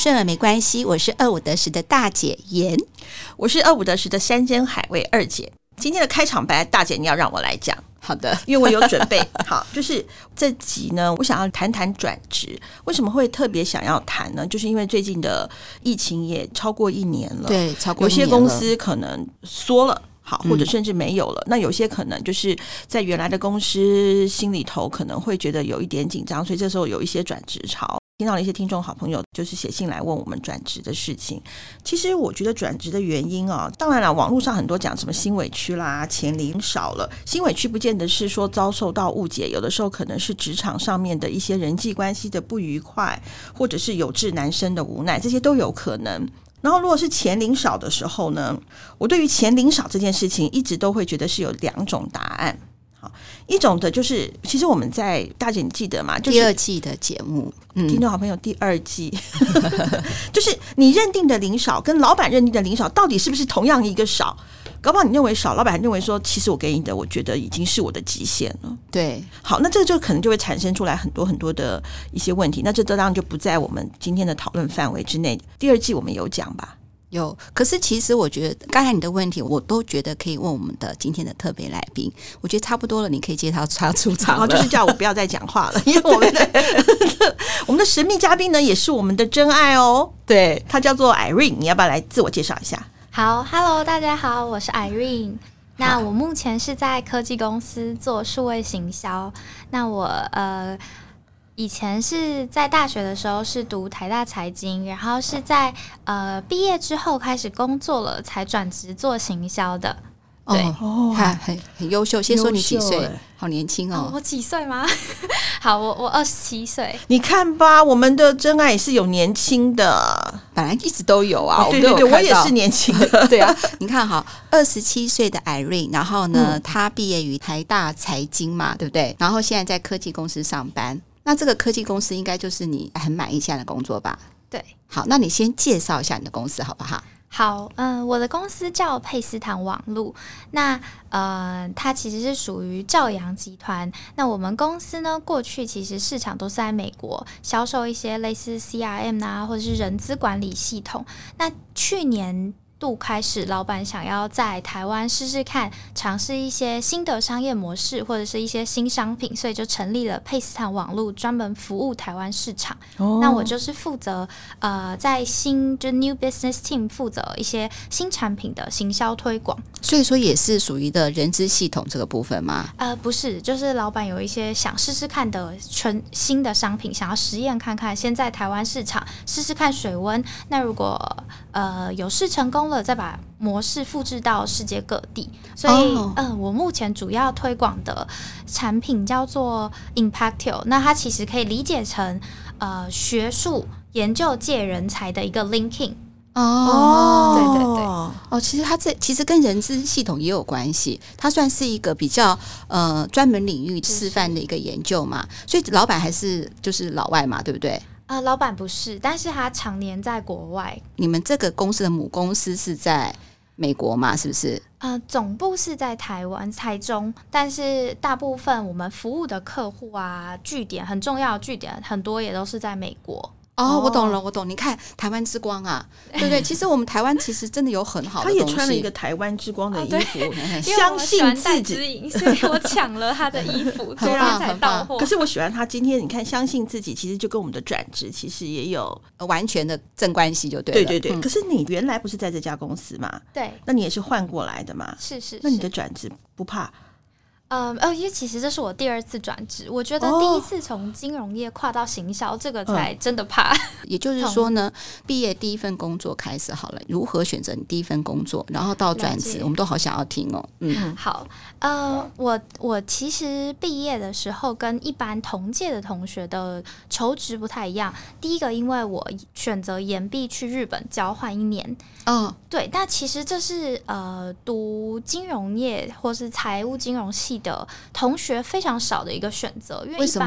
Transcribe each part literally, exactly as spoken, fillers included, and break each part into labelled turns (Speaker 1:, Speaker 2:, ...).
Speaker 1: 顺耳没关系，我是二五得十的大姐妍，
Speaker 2: 我是二五得十的山珍海味二姐。今天的开场白，大姐你要让我来讲。
Speaker 1: 好的，
Speaker 2: 因为我有准备好，就是这集呢，我想要谈谈转职。为什么会特别想要谈呢？就是因为最近的疫情也超过一年了，
Speaker 1: 对，超过一年了，
Speaker 2: 有些公司可能缩了。好，或者甚至没有了、嗯、那有些可能就是在原来的公司心里头可能会觉得有一点紧张，所以这时候有一些转职潮。听到了一些听众好朋友就是写信来问我们转职的事情。其实我觉得转职的原因啊，当然了，网络上很多讲什么心委屈啦，钱领少了。心委屈不见得是说遭受到误解，有的时候可能是职场上面的一些人际关系的不愉快，或者是有志难伸的无奈，这些都有可能。然后如果是钱领少的时候呢，我对于钱领少这件事情一直都会觉得是有两种答案。好，一种的就是其实我们在大姐你记得吗、就是、
Speaker 1: 第二季的节目、
Speaker 2: 嗯、听众好朋友第二季就是你认定的领少跟老板认定的领少到底是不是同样一个少，搞不好你认为少，老板认为说其实我给你的我觉得已经是我的极限了。
Speaker 1: 对，
Speaker 2: 好，那这个就可能就会产生出来很多很多的一些问题，那这当然就不在我们今天的讨论范围之内。第二季我们有讲吧？
Speaker 1: 有，可是其实我觉得刚才你的问题我都觉得可以问我们的今天的特别来宾，我觉得差不多了，你可以接他他出场了，
Speaker 2: 就是叫我不要再讲话了因为我们的我们的神秘嘉宾呢也是我们的真爱哦，对，他叫做 Irene， 你要不要来自我介绍一下？
Speaker 3: 好 ，Hello， 大家好，我是 Irene。那我目前是在科技公司做数位行销。那我呃。以前是在大学的时候是读台大财经，然后是在呃毕业之后开始工作了，才转职做行销的。对，
Speaker 1: 哦，很很优秀。先说你几岁？好年轻哦。
Speaker 3: 哦我几岁吗？好，我我二十七岁。
Speaker 2: 你看吧，我们的真爱也是有年轻的，
Speaker 1: 本来一直都有啊。
Speaker 2: 哦、对对对，我也是年轻的。
Speaker 1: 对啊，你看哈，二十七岁的 Irene， 然后呢，嗯、她毕业于台大财经嘛，对不对？然后现在在科技公司上班。那这个科技公司应该就是你很满意现在的工作吧？
Speaker 3: 对。
Speaker 1: 好，那你先介绍一下你的公司好不好？
Speaker 3: 好，嗯、呃，我的公司叫佩斯坦网路，那呃，它其实是属于兆阳集团。那我们公司呢，过去其实市场都是在美国销售一些类似 C R M 啊，或者是人资管理系统。那去年度开始，老板想要在台湾试试看，尝试一些新的商业模式或者是一些新商品，所以就成立了佩斯坦网路，专门服务台湾市场。哦、那我就是负责呃，在新就 New Business Team 负责一些新产品的行销推广。
Speaker 1: 所以说也是属于的人资系统这个部分吗？
Speaker 3: 呃，不是，就是老板有一些想试试看的全新的商品，想要实验看看，先在台湾市场试试看水温。那如果呃有试成功了，再把模式复制到世界各地。所以，嗯、oh. 呃，我目前主要推广的产品叫做 Impactio， 那它其实可以理解成呃学术研究界人才的一个 linking。
Speaker 1: 哦，
Speaker 3: 对对对，
Speaker 1: 哦，其实它这其实跟人资系统也有关系，它算是一个比较呃专门领域示范的一个研究嘛，所以老板还是就是老外嘛，对不对？
Speaker 3: 呃，老板不是，但是他常年在国外。
Speaker 1: 你们这个公司的母公司是在美国嘛？是不是？
Speaker 3: 呃，总部是在台湾台中，但是大部分我们服务的客户啊，据点很重要的据点，很多也都是在美国。
Speaker 1: 哦，我懂了，我懂。你看台湾之光啊，对不对？其实我们台湾其实真的有很好的东西。
Speaker 2: 他也穿了一个台湾之光的衣服，
Speaker 3: 哦、
Speaker 2: 相信自己，
Speaker 3: 所以我抢了他的衣服，最后才到货。
Speaker 2: 可是我喜欢他今天，你看，相信自己，其实就跟我们的转职其实也有
Speaker 1: 完全的正关系，就对了。
Speaker 2: 对对对。嗯、可是你原来不是在这家公司嘛？
Speaker 3: 对。
Speaker 2: 那你也是换过来的嘛？
Speaker 3: 是是是。
Speaker 2: 那你的转职不怕？
Speaker 3: 嗯，呃，因为其实这是我第二次转职，我觉得第一次从金融业跨到行销，哦、这个才真的怕。嗯、
Speaker 1: 也就是说呢，毕业第一份工作开始好了，如何选择你第一份工作，然后到转职，我们都好想要听哦。
Speaker 3: 嗯，好，呃，我我其实毕业的时候跟一般同届的同学的求职不太一样。第一个，因为我选择延毕去日本交换一年。嗯，对，但其实这是呃读金融业或是财务金融系的同学非常少的一个选择，因为一般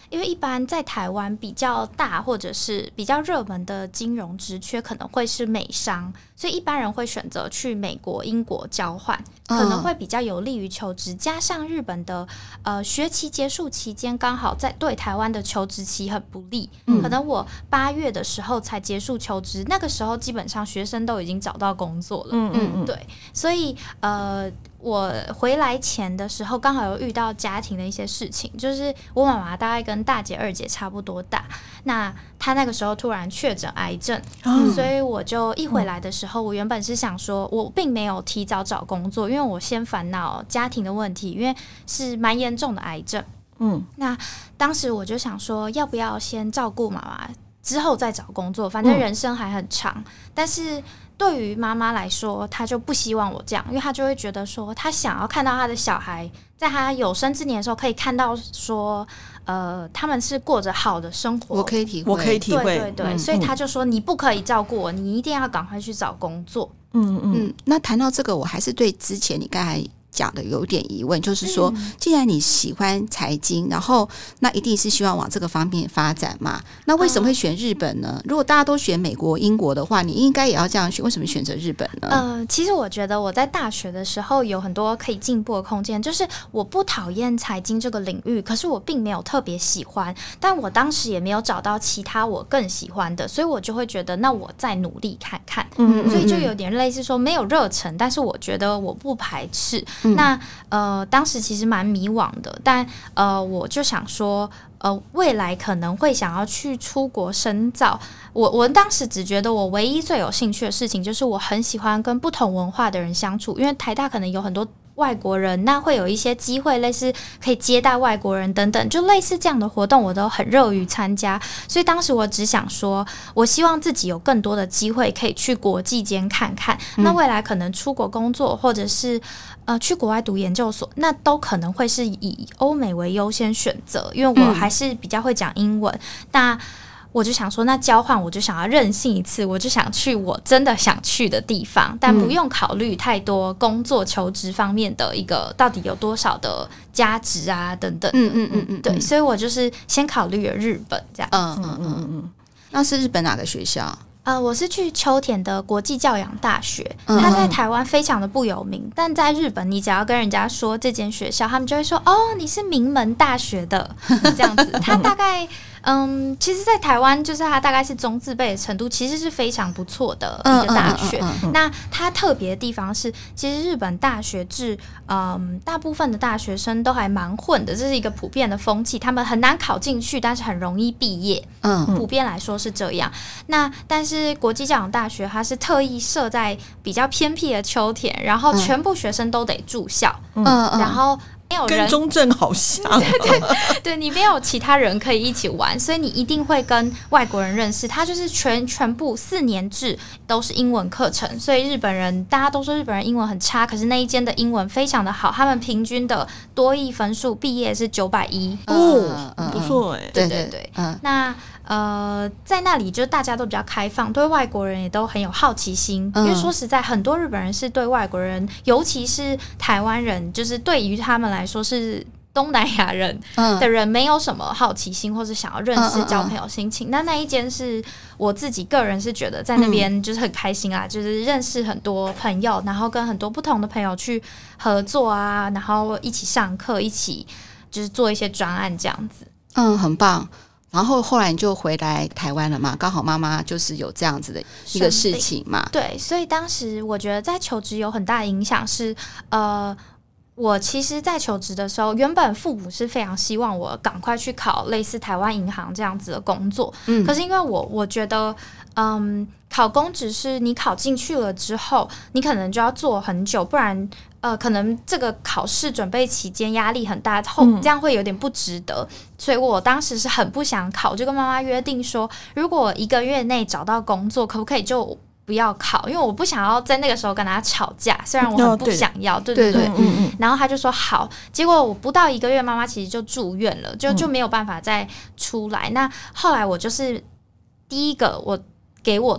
Speaker 3: 因为一般在台湾比较大或者是比较热门的金融职缺可能会是美商，所以一般人会选择去美国、英国交换，可能会比较有利于求职。嗯、加上日本的呃学期结束期间刚好在对台湾的求职期很不利，嗯、可能我八月的时候才结束求职，那个时候基本上学生都已经找到工作了。嗯嗯嗯，对，所以呃。我回来前的时候，刚好有遇到家庭的一些事情，就是我妈妈大概跟大姐、二姐差不多大，那她那个时候突然确诊癌症，嗯、所以我就一回来的时候，我原本是想说，我并没有提早找工作，因为我先烦恼家庭的问题，因为是蛮严重的癌症。嗯，那当时我就想说，要不要先照顾妈妈，之后再找工作，反正人生还很长，嗯、但是。对于妈妈来说，她就不希望我这样，因为她就会觉得说，她想要看到她的小孩在她有生之年的时候，可以看到说，呃，他们是过着好的生活。
Speaker 1: 我可以体会，
Speaker 2: 我可以体会，
Speaker 3: 对对对，嗯、所以她就说，你不可以照顾我，你一定要赶快去找工作。
Speaker 1: 嗯嗯，那谈到这个，我还是对之前你刚才讲的有点疑问，就是说，既然你喜欢财经，然后那一定是希望往这个方面发展嘛？那为什么会选日本呢？如果大家都选美国、英国的话，你应该也要这样选，为什么选择日本呢？
Speaker 3: 呃，其实我觉得我在大学的时候有很多可以进步的空间，就是我不讨厌财经这个领域，可是我并没有特别喜欢，但我当时也没有找到其他我更喜欢的，所以我就会觉得，那我再努力看看。嗯，所以就有点类似说没有热忱，但是我觉得我不排斥。那呃，当时其实蛮迷惘的，但呃，我就想说，呃，未来可能会想要去出国深造。我我当时只觉得我唯一最有兴趣的事情，就是我很喜欢跟不同文化的人相处，因为台大可能有很多外国人，那会有一些机会，类似可以接待外国人等等，就类似这样的活动，我都很乐于参加。所以当时我只想说，我希望自己有更多的机会可以去国际间看看。嗯、那未来可能出国工作，或者是呃去国外读研究所，那都可能会是以欧美为优先选择，因为我还是比较会讲英文。嗯、那我就想说，那交换我就想要任性一次，我就想去我真的想去的地方，但不用考虑太多工作求职方面的一个到底有多少的价值啊等等。嗯嗯嗯嗯，对，所以我就是先考虑了日本这样。
Speaker 1: 嗯嗯嗯嗯嗯，那是日本哪个学校？
Speaker 3: 呃，我是去秋田的国际教养大学，它在台湾非常的不有名，但在日本，你只要跟人家说这间学校，他们就会说哦，你是名门大学的这样子。它大概嗯，其实，在台湾就是它大概是中字辈的程度，其实是非常不错的一个大学。嗯嗯嗯嗯、那它特别的地方是，其实日本大学制，嗯，大部分的大学生都还蛮混的，这是一个普遍的风气。他们很难考进去，但是很容易毕业。嗯，普遍来说是这样。那但是国际教养大学它是特意设在比较偏僻的秋田，然后全部学生都得住校。嗯，然后。没有人
Speaker 2: 跟中正好像，
Speaker 3: 对对对，你没有其他人可以一起玩，所以你一定会跟外国人认识。他就是全全部四年制都是英文课程，所以日本人大家都说日本人英文很差，可是那一间的英文非常的好，他们平均的多益分数毕业是九百一
Speaker 2: 哦，嗯、不错哎、欸，
Speaker 3: 对对对，嗯、那。呃，在那里就大家都比较开放，对外国人也都很有好奇心。嗯、因为说实在，很多日本人是对外国人，尤其是台湾人，就是对于他们来说是东南亚人的人，没有什么好奇心或是想要认识、交朋友心情。那、嗯嗯嗯、那一间是我自己个人是觉得在那边就是很开心啊，嗯、就是认识很多朋友，然后跟很多不同的朋友去合作啊，然后一起上课，一起就是做一些专案这样子。
Speaker 1: 嗯，很棒。然后后来你就回来台湾了嘛？刚好妈妈就是有这样子的一个事情嘛。
Speaker 3: 对，所以当时我觉得在求职有很大的影响是，呃，我其实在求职的时候，原本父母是非常希望我赶快去考类似台湾银行这样子的工作，嗯，可是因为我我觉得，嗯，考公职是你考进去了之后，你可能就要做很久，不然。呃，可能这个考试准备期间压力很大，后这样会有点不值得，嗯、所以我当时是很不想考，就跟妈妈约定说，如果一个月内找到工作，可不可以就不要考？因为我不想要在那个时候跟他吵架，虽然我很不想要，哦、对对 对, 对, 对、嗯嗯、然后他就说好，结果我不到一个月，妈妈其实就住院了，就就没有办法再出来。嗯、那后来我就是第一个我。给我的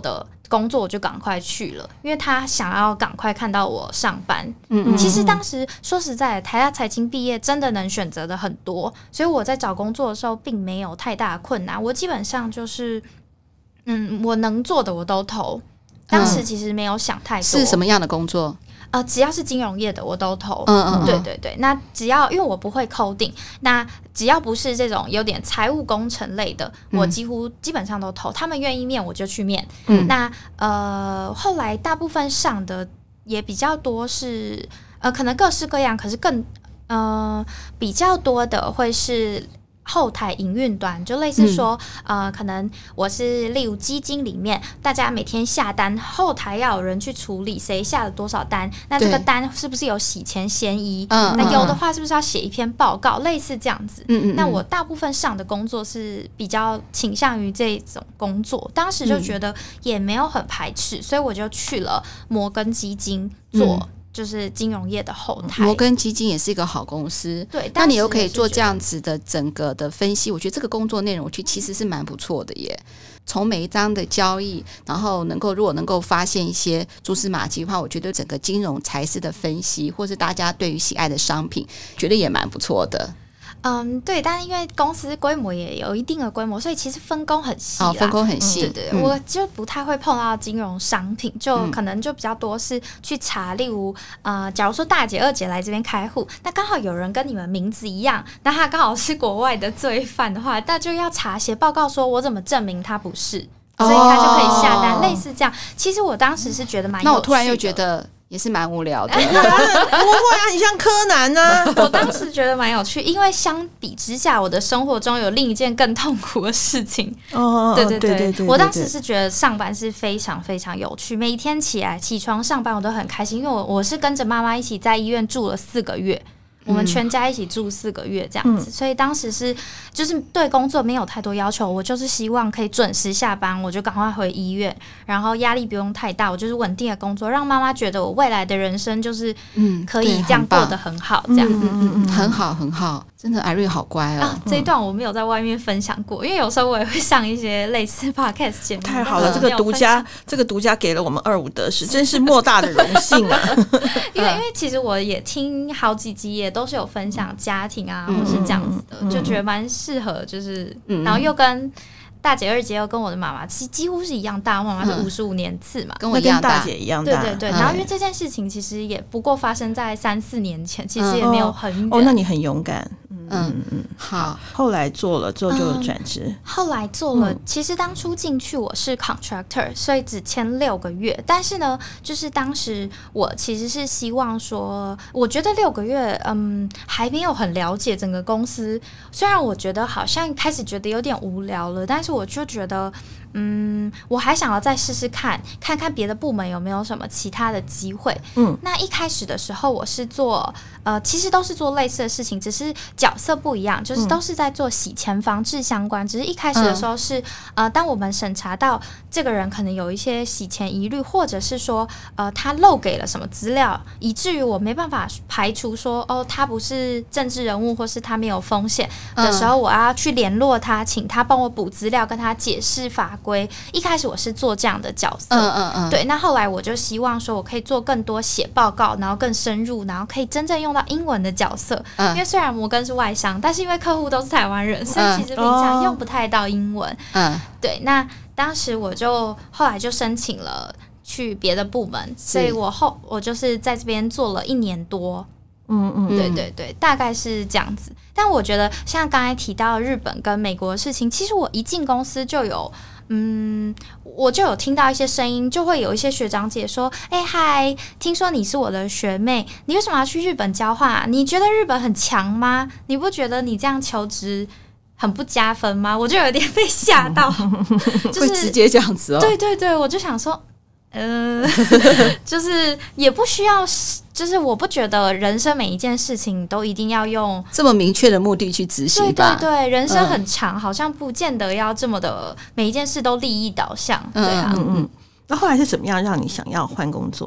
Speaker 3: 工作我就赶快去了，因为他想要赶快看到我上班。
Speaker 1: 嗯嗯，
Speaker 3: 其实当时说实在的，台大财经毕业真的能选择的很多，所以我在找工作的时候并没有太大的困难。我基本上就是，嗯，我能做的我都投。当时其实没有想太多。
Speaker 1: 是什么样的工作？
Speaker 3: 呃，只要是金融业的我都投。
Speaker 1: 嗯嗯，
Speaker 3: 对对对。那只要因为我不会 coding， 那只要不是这种有点财务工程类的，我几乎基本上都投。他们愿意面我就去面。嗯，那呃后来大部分上的也比较多是呃可能各式各样，可是更呃比较多的会是后台营运端，就类似说、嗯、呃，可能我是例如基金里面，大家每天下单，后台要有人去处理谁下了多少单，那这个单是不是有洗钱嫌疑？嗯，那有的话是不是要写一篇报告，类似这样子。嗯嗯。那我大部分上的工作是比较倾向于这种工作，当时就觉得也没有很排斥，所以我就去了摩根基金做。嗯就是金融业的后台，
Speaker 1: 摩根基金也是一个好公司。
Speaker 3: 对，
Speaker 1: 那你又可以做这样子的整个的分析，我觉得这个工作内容，我觉得其实是蛮不错的耶。从每一张的交易，然后能够如果能够发现一些蛛丝马迹的话，我觉得整个金融财事的分析，或是大家对于喜爱的商品，觉得也蛮不错的。
Speaker 3: 嗯，对，但是因为公司规模也有一定的规模，所以其实分工很细啦。
Speaker 1: 哦，分工很细。
Speaker 3: 嗯、对对、嗯，我就不太会碰到金融商品，就可能就比较多是去查，例如呃，假如说大姐、二姐来这边开户，那刚好有人跟你们名字一样，那他刚好是国外的罪犯的话，那就要查写报告，说我怎么证明他不是，所以他就可以下单，哦、类似这样。其实我当时是觉得蛮有趣的，
Speaker 1: 那我突然又觉得。也是蛮无聊的，不
Speaker 2: 会啊，你像柯南啊。
Speaker 3: 我当时觉得蛮有趣，因为相比之下，我的生活中有另一件更痛苦的事情。
Speaker 2: 哦，
Speaker 3: 对对 对,
Speaker 2: 对, 对, 对, 对，
Speaker 3: 我当时是觉得上班是非常非常有趣，每一天起来起床上班我都很开心，因为我我是跟着妈妈一起在医院住了四个月。我们全家一起住四个月这样子、嗯，所以当时是就是对工作没有太多要求，我就是希望可以准时下班，我就赶快回医院，然后压力不用太大，我就是稳定的工作，让妈妈觉得我未来的人生就是可以这样过得很好，这样，
Speaker 1: 嗯嗯嗯，很好很好，真的 Irene 好乖哦、
Speaker 3: 啊。这一段我没有在外面分享过，因为有时候我也会上一些类似 podcast 节目。
Speaker 2: 太好了，这个独家，这个独家给了我们二五得十，真是莫大的荣幸啊！
Speaker 3: 因为因为其实我也听好几集也都是有分享家庭啊，或是这样子的，嗯、就觉得蛮适合，就是、嗯、然后又跟大姐二姐又跟我的妈妈其实几乎是一样大，妈妈是五十五年次嘛、
Speaker 1: 嗯，跟我一样大，
Speaker 2: 大姐一样大，
Speaker 3: 对对对。然后因为这件事情其实也不过发生在三四年前，其实也没有很远、
Speaker 2: 嗯、哦，那你很勇敢。
Speaker 1: 嗯嗯，好。
Speaker 2: 后来做了之后就转职、嗯。
Speaker 3: 后来做了、嗯，其实当初进去我是 contractor， 所以只签六个月。但是呢，就是当时我其实是希望说，我觉得六个月，嗯，还没有很了解整个公司。虽然我觉得好像开始觉得有点无聊了，但是我就觉得。嗯，我还想要再试试看，看看别的部门有没有什么其他的机会。嗯，那一开始的时候，我是做呃，其实都是做类似的事情，只是角色不一样，就是都是在做洗钱防治相关。只是一开始的时候是、嗯、呃，当我们审查到这个人可能有一些洗钱疑虑，或者是说呃，他漏给了什么资料，以至于我没办法排除说哦，他不是政治人物，或是他没有风险的时候，我要去联络他，请他帮我补资料，跟他解释法规。一开始我是做这样的角色，嗯嗯嗯，对。那后来我就希望说，我可以做更多写报告，然后更深入，然后可以真正用到英文的角色。嗯、因为虽然摩根是外商，但是因为客户都是台湾人，所以其实平常用不太到英文。嗯，对。那当时我就后来就申请了去别的部门，所以我后我就是在这边做了一年多。嗯嗯，对对对，大概是这样子。但我觉得像刚才提到日本跟美国的事情，其实我一进公司就有。嗯，我就有听到一些声音，就会有一些学长姐说：“哎、欸、嗨，听说你是我的学妹，你为什么要去日本交换啊？你觉得日本很强吗？你不觉得你这样求职很不加分吗？”我就有点被吓到，就是
Speaker 1: 会直接这样子哦。
Speaker 3: 对对对，我就想说。呃，就是也不需要，就是我不觉得人生每一件事情都一定要用
Speaker 1: 这么明确的目的去执行吧。
Speaker 3: 对对对，人生很长、嗯，好像不见得要这么的每一件事都利益导向。对啊，
Speaker 2: 嗯嗯。那后来是怎么样让你想要换工作？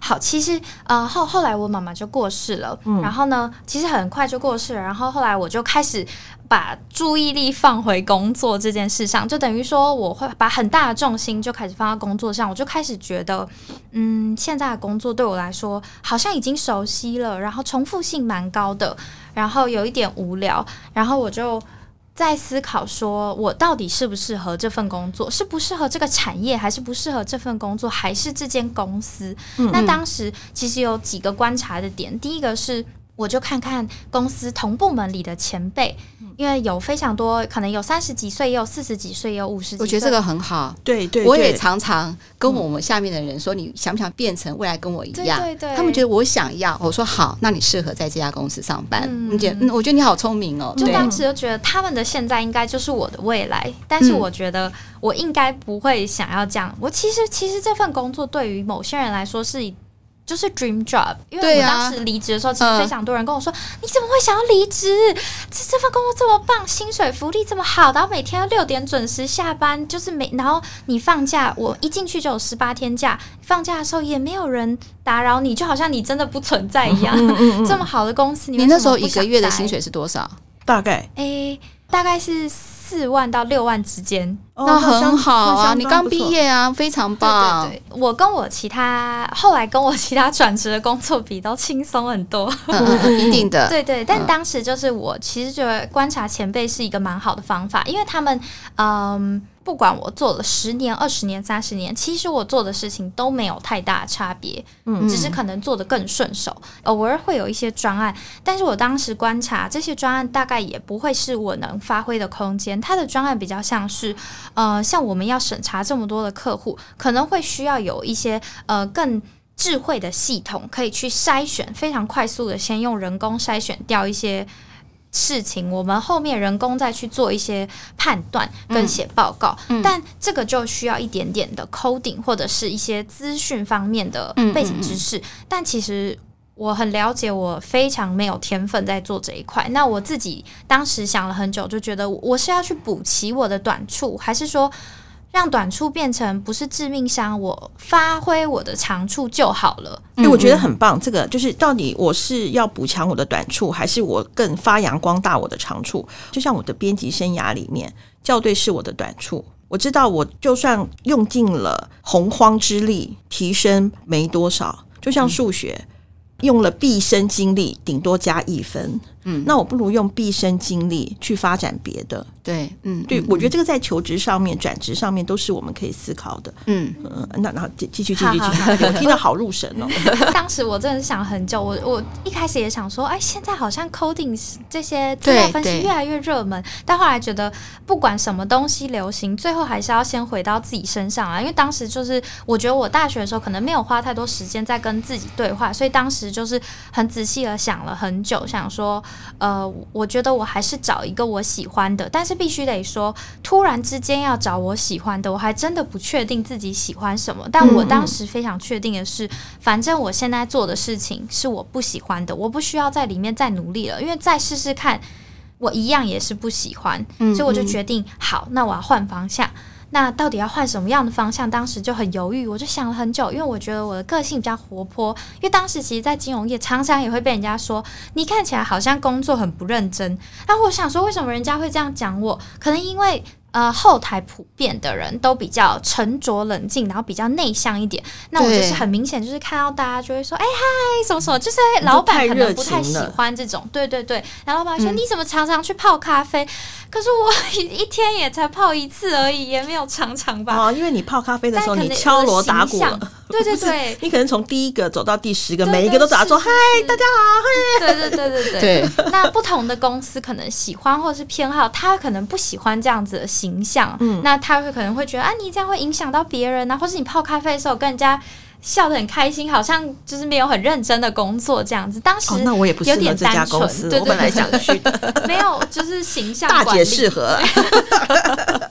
Speaker 3: 好，其实呃后后来我妈妈就过世了，嗯、然后呢，其实很快就过世了，然后后来我就开始把注意力放回工作这件事上，就等于说我会把很大的重心就开始放到工作上，我就开始觉得，嗯，现在的工作对我来说好像已经熟悉了，然后重复性蛮高的，然后有一点无聊，然后我就在思考说我到底适不适合这份工作，是不适合这个产业，还是不适合这份工作，还是这间公司、嗯、那当时其实有几个观察的点，第一个是我就看看公司同部门里的前辈，因为有非常多，可能有三十几岁，也有四十几岁，也有五十几岁。
Speaker 1: 我觉得这个很好，
Speaker 2: 对 对, 对，
Speaker 1: 我也常常跟我们下面的人说，嗯、你想不想变成未来跟我一样？
Speaker 3: 对对对，
Speaker 1: 他们觉得我想要，我说好，那你适合在这家公司上班。嗯，你觉得、嗯？我觉得你好聪明哦。
Speaker 3: 就当时就觉得他们的现在应该就是我的未来，但是我觉得我应该不会想要这样。我其实其实这份工作对于某些人来说是就是 dream job， 因为我当时离职的时候，其实非常多人跟我说：“嗯、你怎么会想要离职？这这份工作这么棒，薪水福利这么好，然后每天要六点准时下班，就是每然后你放假，我一进去就有十八天假，放假的时候也没有人打扰你，就好像你真的不存在一样。嗯嗯嗯这么好的公司，你,
Speaker 1: 你那时候一个月的薪水是多少？
Speaker 2: 大概
Speaker 3: 诶，大概是四万到六万之间。”
Speaker 1: 哦、那很好啊，你刚毕业啊，非常棒。
Speaker 3: 对对对，我跟我其他后来跟我其他转职的工作比，都轻松很多。
Speaker 1: 嗯、一定的，
Speaker 3: 对对。但当时就是我其实觉得观察前辈是一个蛮好的方法，因为他们嗯。不管我做了十年、二十年、三十年，其实我做的事情都没有太大的差别，嗯，只是可能做得更顺手，偶尔会有一些专案，但是我当时观察这些专案大概也不会是我能发挥的空间，它的专案比较像是，呃，像我们要审查这么多的客户，可能会需要有一些呃更智慧的系统，可以去筛选，非常快速的先用人工筛选掉一些事情，我们后面人工再去做一些判断跟写报告、嗯、但这个就需要一点点的 coding 或者是一些资讯方面的背景知识、嗯嗯嗯、但其实我很了解我非常没有天分在做这一块，那我自己当时想了很久，就觉得我是要去补齐我的短处，还是说让短处变成不是致命伤，我发挥我的长处就好了。
Speaker 2: 因为我觉得很棒，这个就是到底我是要补强我的短处，还是我更发扬光大我的长处？就像我的编辑生涯里面，校对是我的短处，我知道我就算用尽了洪荒之力，提升没多少。就像数学、嗯、用了毕生精力，顶多加一分。嗯，那我不如用毕生精力去发展别的。
Speaker 1: 对，嗯，
Speaker 2: 对，我觉得这个在求职上面、转职上面都是我们可以思考的。嗯嗯，那那继继续继续继续，我听得好入神哦。
Speaker 3: 当时我真的是想很久，我我一开始也想说，哎，现在好像 coding 这些资料分析越来越热门，但后来觉得不管什么东西流行，最后还是要先回到自己身上啊。因为当时就是我觉得我大学的时候可能没有花太多时间在跟自己对话，所以当时就是很仔细的想了很久，想说，呃，我觉得我还是找一个我喜欢的，但是必须得说，突然之间要找我喜欢的，我还真的不确定自己喜欢什么。但我当时非常确定的是，反正我现在做的事情是我不喜欢的，我不需要在里面再努力了，因为再试试看，我一样也是不喜欢。所以我就决定，好，那我要换方向。那到底要换什么样的方向？当时就很犹豫，我就想了很久，因为我觉得我的个性比较活泼。因为当时其实，在金融业常常也会被人家说，你看起来好像工作很不认真。然后我想说，为什么人家会这样讲我？可能因为呃，后台普遍的人都比较沉着冷静，然后比较内向一点。那我就是很明显，就是看到大家就会说，哎嗨，什么什么，就是老板可能不太喜欢这种，对对对。然后老板说、嗯、你怎么常常去泡咖啡？可是我一天也才泡一次而已，也没有常常吧。
Speaker 2: 哦，因为你泡咖啡的时候，你敲锣打鼓了。
Speaker 3: 对对对，
Speaker 2: 你可能从第一个走到第十个，每一个都打说嗨，大家好，
Speaker 3: 嘿。对对对对对。对那不同的公司可能喜欢或是偏好，他可能不喜欢这样子的形象，嗯、那他会可能会觉得啊，你这样会影响到别人啊，或是你泡咖啡的时候跟人家笑得很开心，好像就是没有很认真的工作这样子。当时
Speaker 2: 那我也不适合这家公司，我本来想去的，
Speaker 3: 没有，就是形象
Speaker 2: 大姐适合。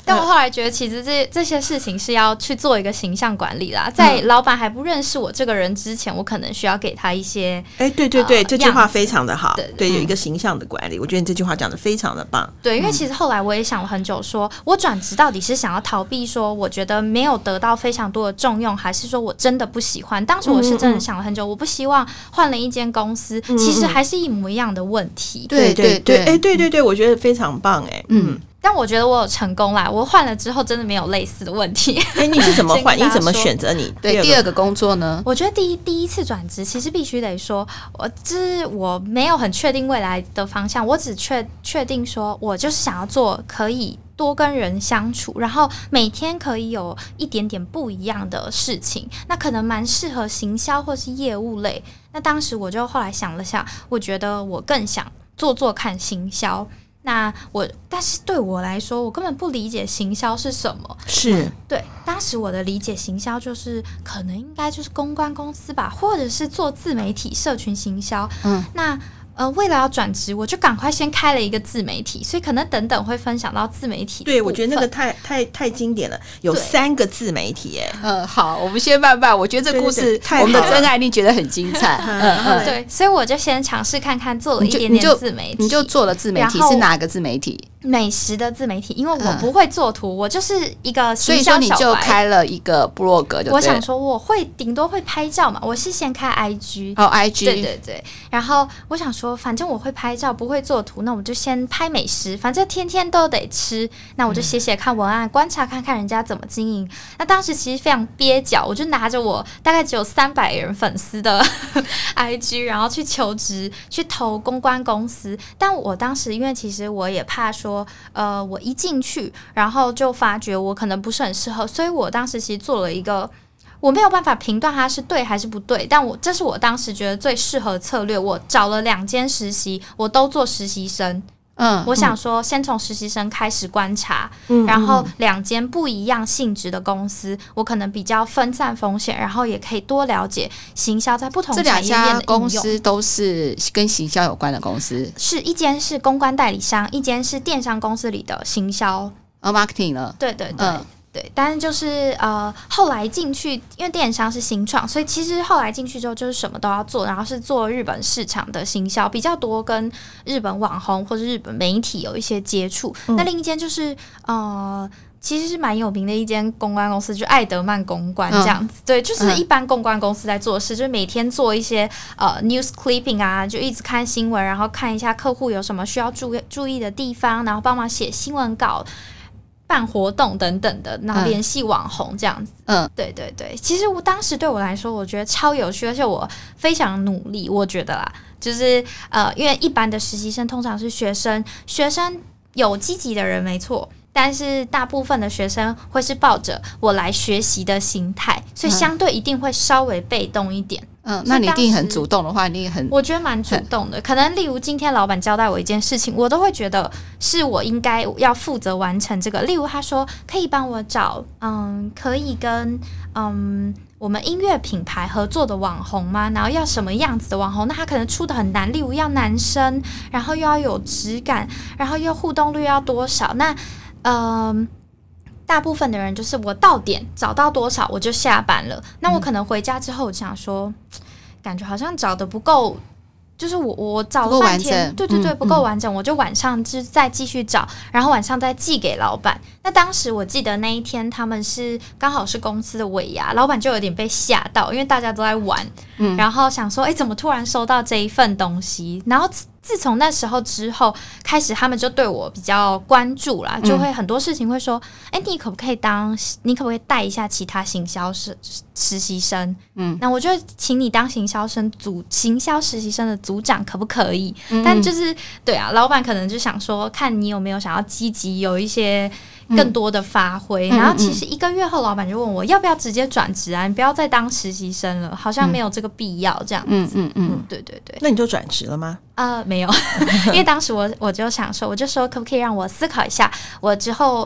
Speaker 3: 但我后来觉得，其实这这些事情是要去做一个形象管理啦。在老板还不认识我这个人之前，我可能需要给他一些，
Speaker 2: 哎，对对对，
Speaker 3: 呃、
Speaker 2: 这句话非常的好，
Speaker 3: 对
Speaker 2: 对, 对，有一个形象的管理，我觉得你这句话讲的非常的棒。
Speaker 3: 对，因为其实后来我也想了很久说，说我转职到底是想要逃避，说我觉得没有得到非常多的重用，还是说我真的不喜欢？当时我是真的想了很久，我不希望换了一间公司，其实还是一模一样的问题。
Speaker 1: 对对对，
Speaker 2: 哎，对对对，我觉得非常棒，哎，嗯。
Speaker 3: 但我觉得我有成功啦，我换了之后真的没有类似的问题。
Speaker 2: 哎，你是怎么换？你怎么选择你
Speaker 1: 对第二个工作呢？
Speaker 3: 我觉得第一第一次转职，其实必须得说，我就是我没有很确定未来的方向，我只确确定说我就是想要做可以多跟人相处，然后每天可以有一点点不一样的事情，那可能蛮适合行销或是业务类。那当时我就后来想了下，我觉得我更想做做看行销。那我，但是对我来说，我根本不理解行销是什么。
Speaker 2: 是，
Speaker 3: 对，当时我的理解行销就是可能应该就是公关公司吧，或者是做自媒体、社群行销。嗯，那。呃，为了要转职，我就赶快先开了一个自媒体，所以可能等等会分享到自媒体。
Speaker 2: 对，我觉得那个太太太经典了，有三个自媒体耶。
Speaker 1: 嗯，好，我们先慢慢，我觉得这故事我们的真爱你觉得很精彩。
Speaker 3: 嗯嗯，对，所以我就先尝试看看，做了一点点自媒体。
Speaker 1: 你就做了自媒体，是哪个自媒体？
Speaker 3: 美食的自媒体，因为我不会做图，嗯、我就是一个行销小白。
Speaker 1: 所以说你就开了一个 blog， 对不对？
Speaker 3: 我想说我会顶多会拍照嘛，我是先开 I G
Speaker 1: 哦 I G
Speaker 3: 对对对，然后我想说反正我会拍照不会做图，那我就先拍美食，反正天天都得吃，那我就写写看文案，嗯、观察看看人家怎么经营。那当时其实非常蹩脚，我就拿着我大概只有三百人粉丝的I G， 然后去求职，去投公关公司。但我当时因为其实我也怕说。说呃，我一进去，然后就发觉我可能不是很适合，所以我当时其实做了一个，我没有办法评断它是对还是不对，但我这是我当时觉得最适合的策略。我找了两间实习，我都做实习生。嗯，我想说，先从实习生开始观察，嗯、然后两间不一样性质的公司，我可能比较分散风险，然后也可以多了解行销在不同产业链的应用。
Speaker 1: 这两家公司都是跟行销有关的公司，
Speaker 3: 是一间是公关代理商，一间是电商公司里的行销，
Speaker 1: 呃 marketing 了。
Speaker 3: 对对对。嗯对，但是就是呃，后来进去，因为电商是新创，所以其实后来进去之后就是什么都要做，然后是做日本市场的行销比较多，跟日本网红或者日本媒体有一些接触。嗯、那另一间就是呃，其实是蛮有名的一间公关公司，就艾德曼公关这样子。嗯、对，就是一般公关公司在做的事，就是每天做一些呃 news clipping 啊，就一直看新闻，然后看一下客户有什么需要注意注意的地方，然后帮忙写新闻稿。办活动等等的，然后联系网红这样子。嗯，对对对，其实我当时对我来说，我觉得超有趣，而且我非常努力。我觉得啦，就是呃，因为一般的实习生通常是学生，学生有积极的人没错，但是大部分的学生会是抱着我来学习的心态，所以相对一定会稍微被动一点。
Speaker 1: 嗯，那你一定很主动的话，你也很，
Speaker 3: 我觉得蛮主动的。可能例如今天老板交代我一件事情，我都会觉得是我应该要负责完成这个。例如他说可以帮我找，嗯，可以跟嗯我们音乐品牌合作的网红吗？然后要什么样子的网红？那他可能出的很难，例如要男生，然后又要有质感，然后又互动率要多少？那嗯。大部分的人就是我到点找到多少我就下班了，那我可能回家之后我想说，感觉好像找的不够，就是我我找了半天，对对对，不够完整，嗯、我就晚上就再继续找，然后晚上再寄给老板。那当时我记得那一天他们是刚好是公司的尾牙，老板就有点被吓到，因为大家都在玩，嗯、然后想说，哎，怎么突然收到这一份东西？然后。自从那时候之后开始，他们就对我比较关注啦，就会很多事情会说，哎、嗯，你可不可以当，你可不可以带一下其他行销实实习生？嗯，那我就请你当行销生组行销实习生的组长，可不可以？嗯、但就是对啊，老板可能就想说，看你有没有想要积极有一些更多的发挥。嗯、然后其实一个月后，老板就问我要不要直接转职啊？你不要再当实习生了，好像没有这个必要这样子。嗯嗯嗯，对对对。
Speaker 2: 那你就转职了吗？
Speaker 3: 呃，没有，因为当时我我就想说，我就说可不可以让我思考一下，我之后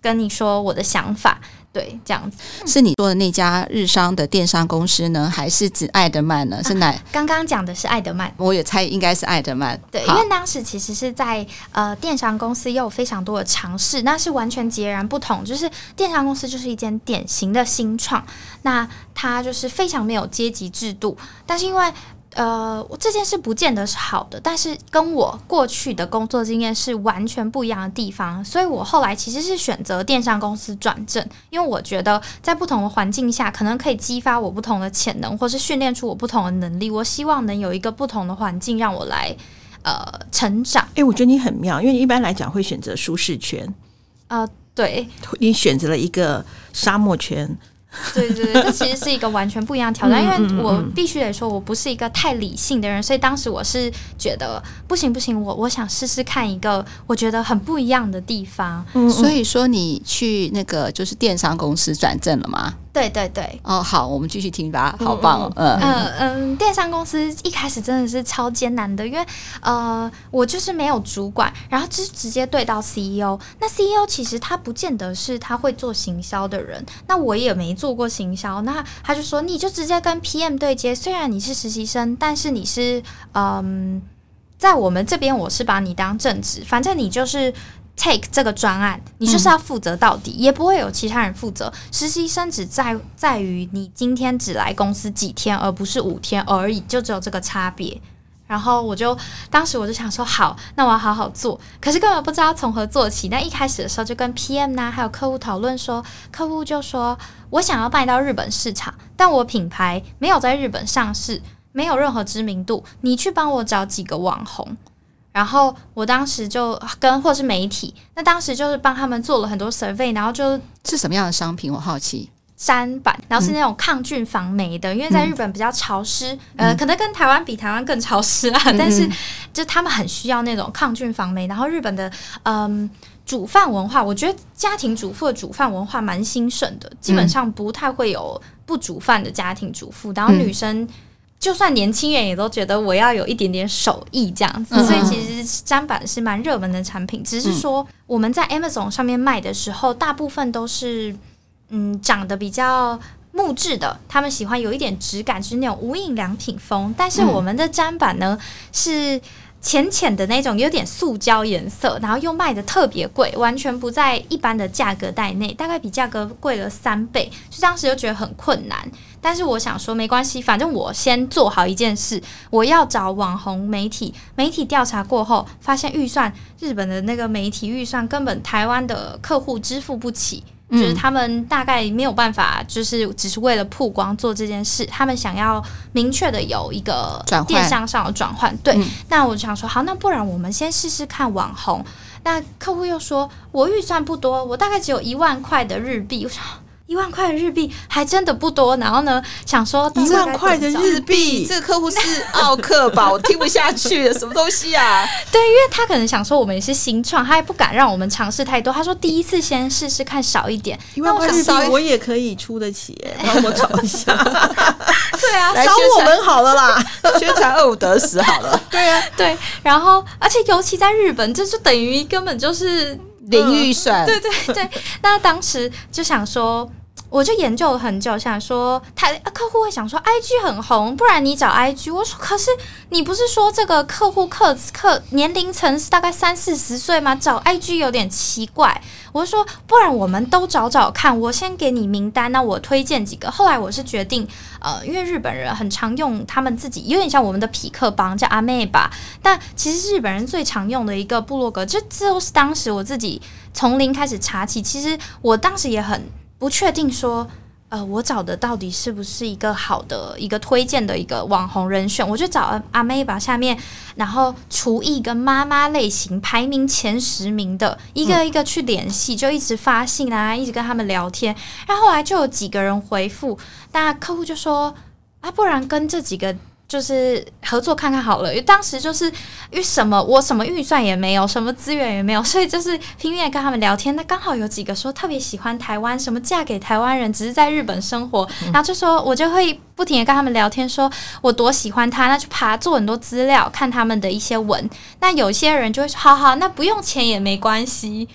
Speaker 3: 跟你说我的想法。对，这样子。
Speaker 1: 是你做的那家日商的电商公司呢，还是指爱德曼呢？是哪？啊、
Speaker 3: 刚刚讲的是爱德曼，
Speaker 1: 我也猜应该是爱德曼。
Speaker 3: 对，因为当时其实是在呃电商公司也有非常多的尝试，那是完全截然不同。就是电商公司就是一间典型的新创，那它就是非常没有阶级制度，但是因为呃，这件事不见得是好的，但是跟我过去的工作经验是完全不一样的地方，所以我后来其实是选择电商公司转正，因为我觉得在不同的环境下，可能可以激发我不同的潜能，或是训练出我不同的能力。我希望能有一个不同的环境让我来呃成长。
Speaker 2: 哎、欸，我觉得你很妙，因为一般来讲会选择舒适圈，
Speaker 3: 呃，对，
Speaker 2: 你选择了一个沙漠圈。
Speaker 3: 对对对，这其实是一个完全不一样的挑战，因为我必须得说，我不是一个太理性的人，所以当时我是觉得不行不行，我我想试试看一个我觉得很不一样的地方。
Speaker 1: 嗯，所以说你去那个就是电商公司转正了吗？
Speaker 3: 对对对。
Speaker 1: 哦，好，我们继续听吧，好棒哦。
Speaker 3: 嗯嗯嗯，电商公司一开始真的是超艰难的，因为呃，我就是没有主管，然后就直接对到 C E O。那 C E O 其实他不见得是他会做行销的人，那我也没做过行销，那他就说你就直接跟 P M 对接，虽然你是实习生，但是你是嗯，在我们这边我是把你当正职，反正你就是take 这个专案，你就是要负责到底、嗯、也不会有其他人负责。实习生只在在于你今天只来公司几天，而不是五天而已，就只有这个差别。然后我就当时我就想说，好，那我要好好做，可是根本不知道从何做起。那一开始的时候就跟 P M 啊还有客户讨论说，客户就说我想要卖到日本市场，但我品牌没有在日本上市，没有任何知名度，你去帮我找几个网红。然后我当时就跟或是媒体，那当时就是帮他们做了很多 survey， 然后就是
Speaker 1: 什么样的商品？我好奇。
Speaker 3: 砧板，然后是那种抗菌防霉的、嗯、因为在日本比较潮湿、嗯、呃，可能跟台湾比台湾更潮湿啊、嗯、但是就他们很需要那种抗菌防霉。然后日本的嗯煮饭文化，我觉得家庭主妇的煮饭文化蛮兴盛的，基本上不太会有不煮饭的家庭主妇，然后女生就算年轻人也都觉得我要有一点点手艺这样子、嗯、所以其实砧板是蛮热门的产品，只是说我们在 Amazon 上面卖的时候大部分都是嗯，长得比较木质的，他们喜欢有一点质感，就是那种无印良品风。但是我们的砧板呢、嗯、是浅浅的那种，有点塑胶颜色，然后又卖的特别贵，完全不在一般的价格带内，大概比价格贵了三倍，所以当时就觉得很困难。但是我想说没关系，反正我先做好一件事，我要找网红媒体，媒体调查过后发现预算，日本的那个媒体预算根本台湾的客户支付不起。就是他们大概没有办法，就是只是为了曝光做这件事，他们想要明确的有一个电商上的转换。对、嗯，那我想说，好，那不然我们先试试看网红。那客户又说，我预算不多，我大概只有一万块的日币。我说一万块的日币还真的不多，然后呢，想说
Speaker 2: 一万块的日币，
Speaker 1: 这个客户是奥客吧？我听不下去了，什么东西啊？
Speaker 3: 对，因为他可能想说我们也是新创，他也不敢让我们尝试太多。他说第一次先试试看少一点，
Speaker 2: 一万块日币我也可以出得起，帮我找一下。
Speaker 3: 对啊，
Speaker 2: 找我们好了啦，
Speaker 1: 宣传二五得十好了。
Speaker 3: 对啊，对，然后而且尤其在日本，这就等于根本就是
Speaker 1: 零预算、
Speaker 3: 嗯。对对对，那当时就想说。我就研究了很久，想说他客户会想说 I G 很红，不然你找 I G。我说可是你不是说这个客户客客年龄层是大概三四十岁吗？找 I G 有点奇怪。我就说不然我们都找找看，我先给你名单，那我推荐几个。后来我是决定，呃，因为日本人很常用他们自己，有点像我们的匹克帮叫阿妹吧，但其实日本人最常用的一个部落格，这这都是当时我自己从零开始查起。其实我当时也很。不确定说，呃，我找的到底是不是一个好的一个推荐的一个网红人选？我就找阿妹吧，下面然后厨艺跟妈妈类型排名前十名的，一个一个去联系，就一直发信啊，一直跟他们聊天。然后后来就有几个人回复，那客户就说啊，不然跟这几个。就是合作看看好了，因为当时就是因为什么我什么预算也没有，什么资源也没有，所以就是拼命跟他们聊天。那刚好有几个说特别喜欢台湾，什么嫁给台湾人，只是在日本生活，然后就说我就会不停的跟他们聊天，说我多喜欢他，那就爬做很多资料，看他们的一些文。那有些人就会说，好好，那不用钱也没关系。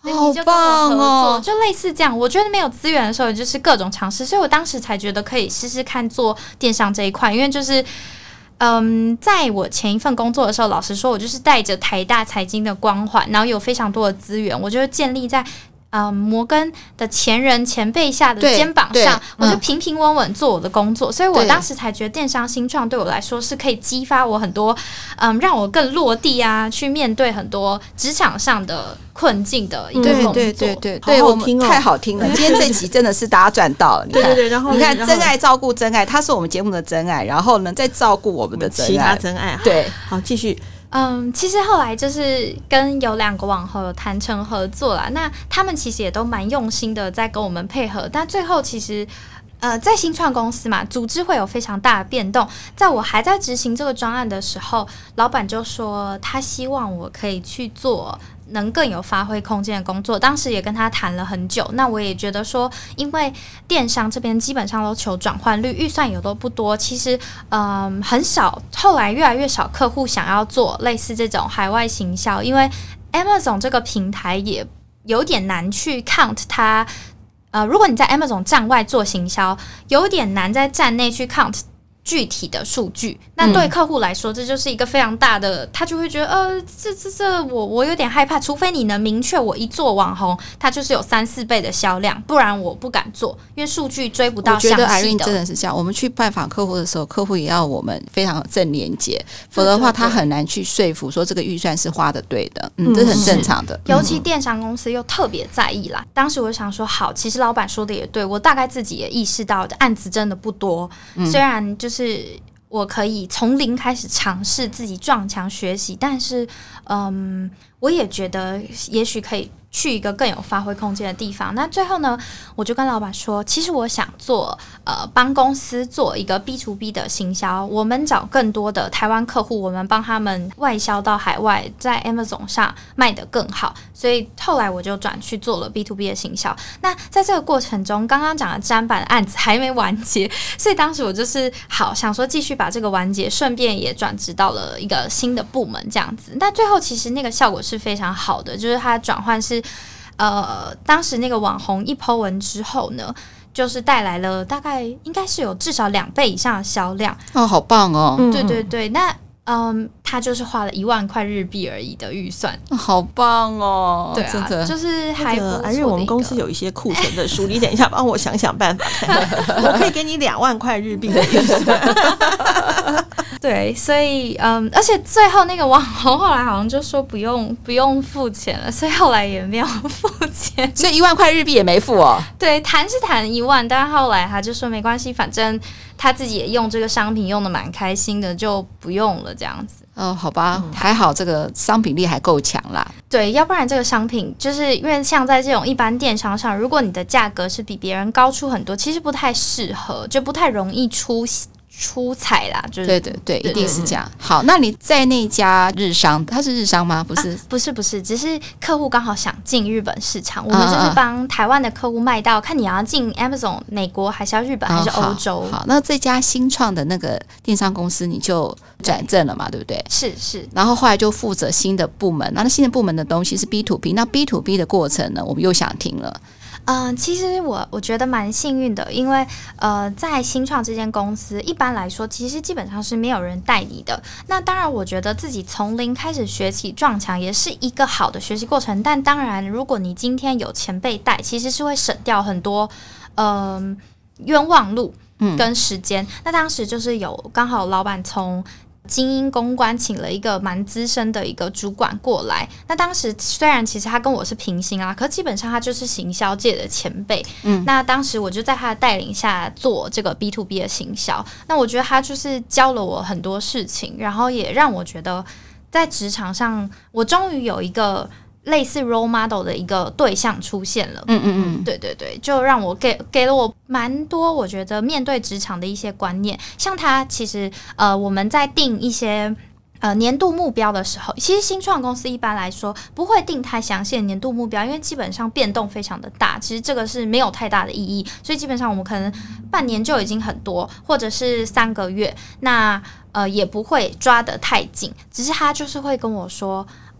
Speaker 3: 所以你就跟我合作，哦、就类似这样。我觉得没有资源的时候，就是各种尝试，所以我当时才觉得可以试试看做电商这一块，因为就是。嗯，在我前一份工作的时候，老实说，我就是带着台大财经的光环，然后有非常多的资源，我就建立在嗯摩根的前人前辈下的肩膀上，我就平平稳稳做我的工作，所以我当时才觉得电商新创对我来说是可以激发我很多，嗯，让我更落地啊，去面对很多职场上的困境的一个工作。
Speaker 1: 对对对对，对我们太好听了！今天这集真的是大家赚到了，
Speaker 2: 对对对，然后
Speaker 1: 你看真爱照顾真爱，他是我们节目的真爱，然后呢再照顾我们的真爱，
Speaker 2: 其他真爱。
Speaker 1: 对，
Speaker 2: 好，继续。
Speaker 3: 嗯，其实后来就是跟有两个网红有谈成合作啦，那他们其实也都蛮用心的在跟我们配合，但最后其实呃，在新创公司嘛，组织会有非常大的变动，在我还在执行这个专案的时候，老板就说他希望我可以去做能更有发挥空间的工作，当时也跟他谈了很久。那我也觉得说，因为电商这边基本上都求转换率，预算也都不多，其实嗯很少，后来越来越少客户想要做类似这种海外行销，因为 Amazon 这个平台也有点难去 count 它。呃，如果你在 Amazon 站外做行销，有点难在站内去 count具体的数据，那对客户来说，这就是一个非常大的，他就会觉得，呃，这这这，我我有点害怕。除非你能明确，我一做网红，它就是有三四倍的销量，不然我不敢做，因为数据追不到详细的。
Speaker 1: 我觉得 Irene 真的是这样。我们去拜访客户的时候，客户也要我们非常正连接，否则的话，他很难去说服说这个预算是花的对的。嗯，这是很正常的。
Speaker 3: 尤其电商公司又特别在意啦。当时我就想说，好，其实老板说的也对，我大概自己也意识到，案子真的不多，嗯、虽然就是。是我可以从零开始尝试自己撞墙学习，但是，嗯，我也觉得也许可以去一个更有发挥空间的地方。那最后呢，我就跟老板说，其实我想做呃帮公司做一个 B to B 的行销，我们找更多的台湾客户，我们帮他们外销到海外，在 Amazon 上卖得更好。所以后来我就转去做了 B to B 的行销。那在这个过程中，刚刚讲的砧板案子还没完结，所以当时我就是好想说继续把这个完结，顺便也转职到了一个新的部门这样子。但最后其实那个效果是非常好的，就是它转换是呃，当时那个网红一 po 文之后呢，就是带来了大概应该是有至少两倍以上的销量。
Speaker 1: 哦，好棒哦！
Speaker 3: 对对对，那。嗯，他就是花了一万块日币而已的预算，
Speaker 1: 好棒哦！
Speaker 3: 对啊，真的就是还不错的一个。
Speaker 2: 而且我们公司有一些库存的书，你等一下帮我想想办法，我可以给你两万块日币的预算。
Speaker 3: 对，所以嗯，而且最后那个网红后来好像就说不用不用付钱了，所以后来也没有付钱，
Speaker 1: 所以一万块日币也没付哦。
Speaker 3: 对，谈是谈一万，但后来他就说没关系，反正他自己也用这个商品用的蛮开心的，就不用了这样子。
Speaker 1: 哦，好吧，嗯、还好这个商品力还够强啦。
Speaker 3: 对，要不然这个商品就是因为像在这种一般电商上，如果你的价格是比别人高出很多，其实不太适合，就不太容易出出彩啦，就是
Speaker 1: 对对对，一定是这样。好，那你在那家日商，它是日商吗？不是、啊，
Speaker 3: 不是，不是，只是客户刚好想进日本市场，我们就是帮台湾的客户卖到，看你要进 Amazon 美国还是要日本还是欧洲、
Speaker 1: 哦好。好，那这家新创的那个电商公司你就转正了嘛，对不对？
Speaker 3: 是是。
Speaker 1: 然后后来就负责新的部门，那新的部门的东西是 B to B， 那 B to B 的过程呢，我们又想听了。
Speaker 3: 嗯、呃，其实我我觉得蛮幸运的，因为呃，在新创这间公司，一般来说，其实基本上是没有人带你的。那当然，我觉得自己从零开始学起撞墙也是一个好的学习过程。但当然，如果你今天有前辈带，其实是会省掉很多嗯、呃、冤枉路跟时间、嗯。那当时就是有刚好老板从精英公关请了一个蛮资深的一个主管过来，那当时虽然其实他跟我是平行啊，可基本上他就是行销界的前辈。嗯，那当时我就在他的带领下做这个 B to B 的行销，那我觉得他就是教了我很多事情，然后也让我觉得在职场上我终于有一个类似 role model 的一个对象出现了。嗯嗯嗯，对对对，就让我给给了我蛮多我觉得面对职场的一些观念。像他其实呃我们在定一些呃年度目标的时候，其实新创公司一般来说不会定太详细的年度目标，因为基本上变动非常的大，其实这个是没有太大的意义，所以基本上我们可能半年就已经很多，或者是三个月，那呃也不会抓得太紧，只是他就是会跟我说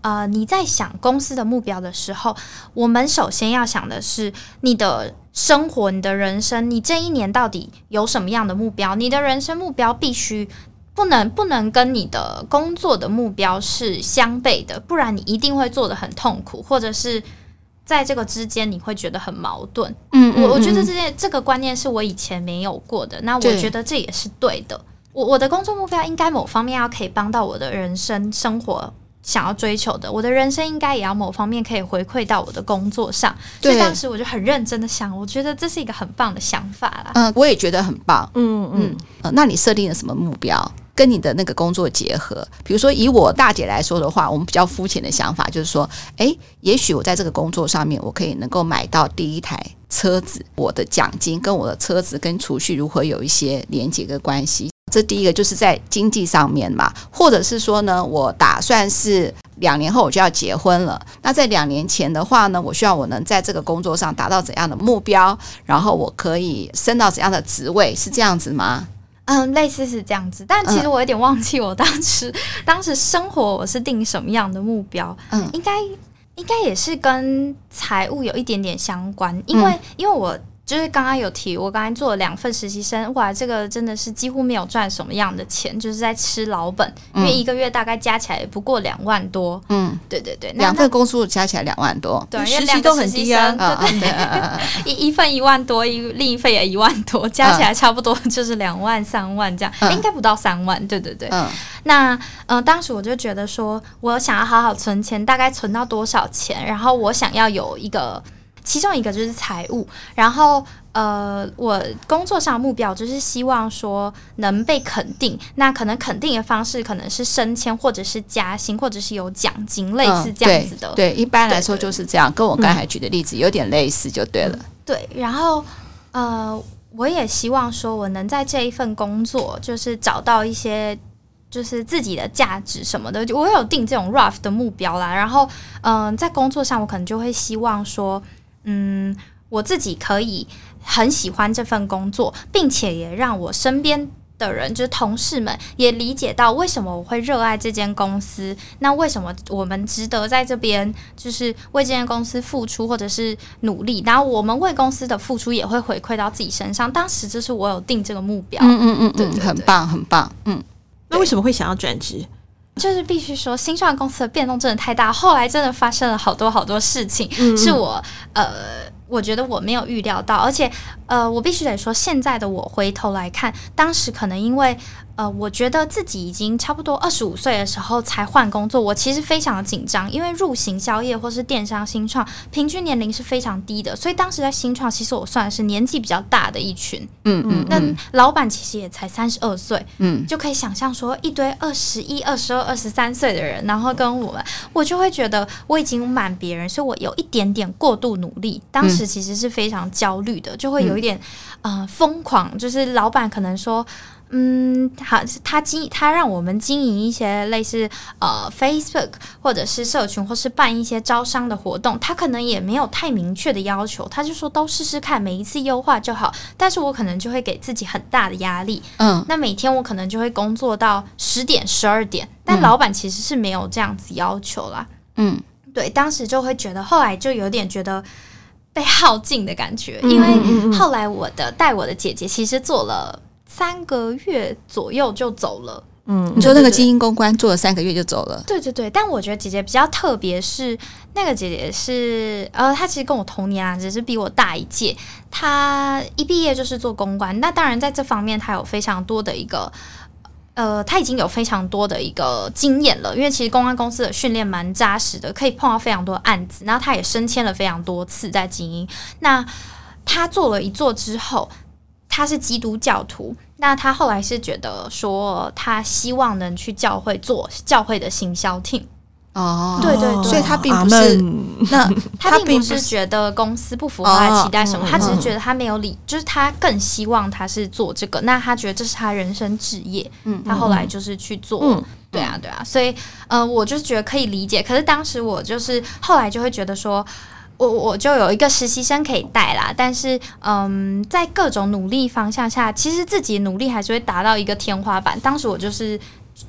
Speaker 3: 呃，你在想公司的目标的时候，我们首先要想的是你的生活、你的人生，你这一年到底有什么样的目标？你的人生目标必须不能不能跟你的工作的目标是相悖的，不然你一定会做得很痛苦，或者是在这个之间你会觉得很矛盾。嗯，我我觉得这件这个观念是我以前没有过的，那我觉得这也是对的。我我的工作目标应该某方面要可以帮到我的人生生活想要追求的，我的人生应该也要某方面可以回馈到我的工作上。所以当时我就很认真的想，我觉得这是一个很棒的想法啦。
Speaker 1: 嗯，我也觉得很棒。
Speaker 2: 嗯嗯、
Speaker 1: 呃，那你设定了什么目标？跟你的那个工作结合？比如说以我大姐来说的话，我们比较肤浅的想法就是说，哎，也许我在这个工作上面，我可以能够买到第一台车子，我的奖金跟我的车子跟储蓄如何有一些连结跟关系。这第一个就是在经济上面嘛，或者是说呢，我打算是两年后我就要结婚了，那在两年前的话呢，我需要我能在这个工作上达到怎样的目标，然后我可以升到怎样的职位，是这样子吗？
Speaker 3: 嗯，类似是这样子，但其实我有点忘记我当时、嗯、当时生活我是定什么样的目标，嗯，应该应该也是跟财务有一点点相关，因为、嗯、因为我就是刚刚有提，我刚才做了两份实习生，哇，这个真的是几乎没有赚什么样的钱，就是在吃老本，嗯、因为一个月大概加起来也不过两万多。嗯，对对对，
Speaker 1: 两份工作加起来两万多，
Speaker 3: 对，
Speaker 2: 实习都很低啊，
Speaker 3: 对对对，一一份一万多，一另一份也一万多，加起来差不多就是两万三万这样，嗯、应该不到三万，对对对。嗯，那嗯、呃，当时我就觉得说，我想要好好存钱，大概存到多少钱，然后我想要有一个。其中一个就是财务，然后呃，我工作上的目标就是希望说能被肯定，那可能肯定的方式可能是升迁，或者是加薪，或者是有奖金，类似这样子的。
Speaker 1: 嗯、对, 对，一般来说就是这样，跟我刚才举的例子有点类似，就对了。嗯、
Speaker 3: 对，然后呃，我也希望说我能在这一份工作，就是找到一些。就是自己的价值什么的，我有定这种 rough 的目标啦。然后，嗯、呃，在工作上，我可能就会希望说，嗯，我自己可以很喜欢这份工作，并且也让我身边的人，就是同事们，也理解到为什么我会热爱这间公司。那为什么我们值得在这边，就是为这间公司付出或者是努力？然后我们为公司的付出也会回馈到自己身上。当时就是我有定这个目标。
Speaker 1: 嗯嗯嗯，对对对，很棒很棒，嗯。
Speaker 2: 那为什么会想要转职？
Speaker 3: 就是必须说，新创公司的变动真的太大，后来真的发生了好多好多事情，嗯、是我呃，我觉得我没有预料到，而且呃，我必须得说，现在的我回头来看，当时可能因为呃，我觉得自己已经差不多二十五岁的时候才换工作，我其实非常的紧张，因为入行销业或是电商新创，平均年龄是非常低的，所以当时在新创，其实我算是年纪比较大的一群，嗯嗯，那老板其实也才三十二岁，嗯，就可以想象说一堆二十一、二十二、二十三岁的人，然后跟我们，我就会觉得我已经满别人，所以我有一点点过度努力，当时其实是非常焦虑的，就会有一点呃疯狂，就是老板可能说。嗯，好，他经他让我们经营一些类似呃 Facebook 或者是社群，或是办一些招商的活动，他可能也没有太明确的要求，他就说都试试看，每一次优化就好。但是我可能就会给自己很大的压力，嗯，那每天我可能就会工作到十点、十二点，但老板其实是没有这样子要求啦，嗯，对，当时就会觉得，后来就有点觉得。被耗尽的感觉，因为后来我的带我的姐姐其实做了三个月左右就走了。
Speaker 1: 嗯，你说那个精英公关做了三个月就走了？
Speaker 3: 对对对，但我觉得姐姐比较特别是那个姐姐是呃，她其实跟我同年啊，只是比我大一届。她一毕业就是做公关，那当然在这方面她有非常多的一个。呃，他已经有非常多的一个经验了，因为其实公关公司的训练蛮扎实的，可以碰到非常多的案子，然后他也升迁了非常多次在精英。那他做了一做之后，他是基督教徒，那他后来是觉得说，他希望能去教会做教会的行销 team。哦，对对对，
Speaker 1: 所以他并不是
Speaker 3: 那他并不是觉得公司不符合他的期待什么，他只是觉得他没有理，就是他更希望他是做这个，那他觉得这是他人生志业，嗯，他后来就是去做，嗯，对啊对啊，所以呃，我就是觉得可以理解，可是当时我就是后来就会觉得说。我我就有一个实习生可以带啦，但是嗯，在各种努力方向下，其实自己的努力还是会达到一个天花板。当时我就是。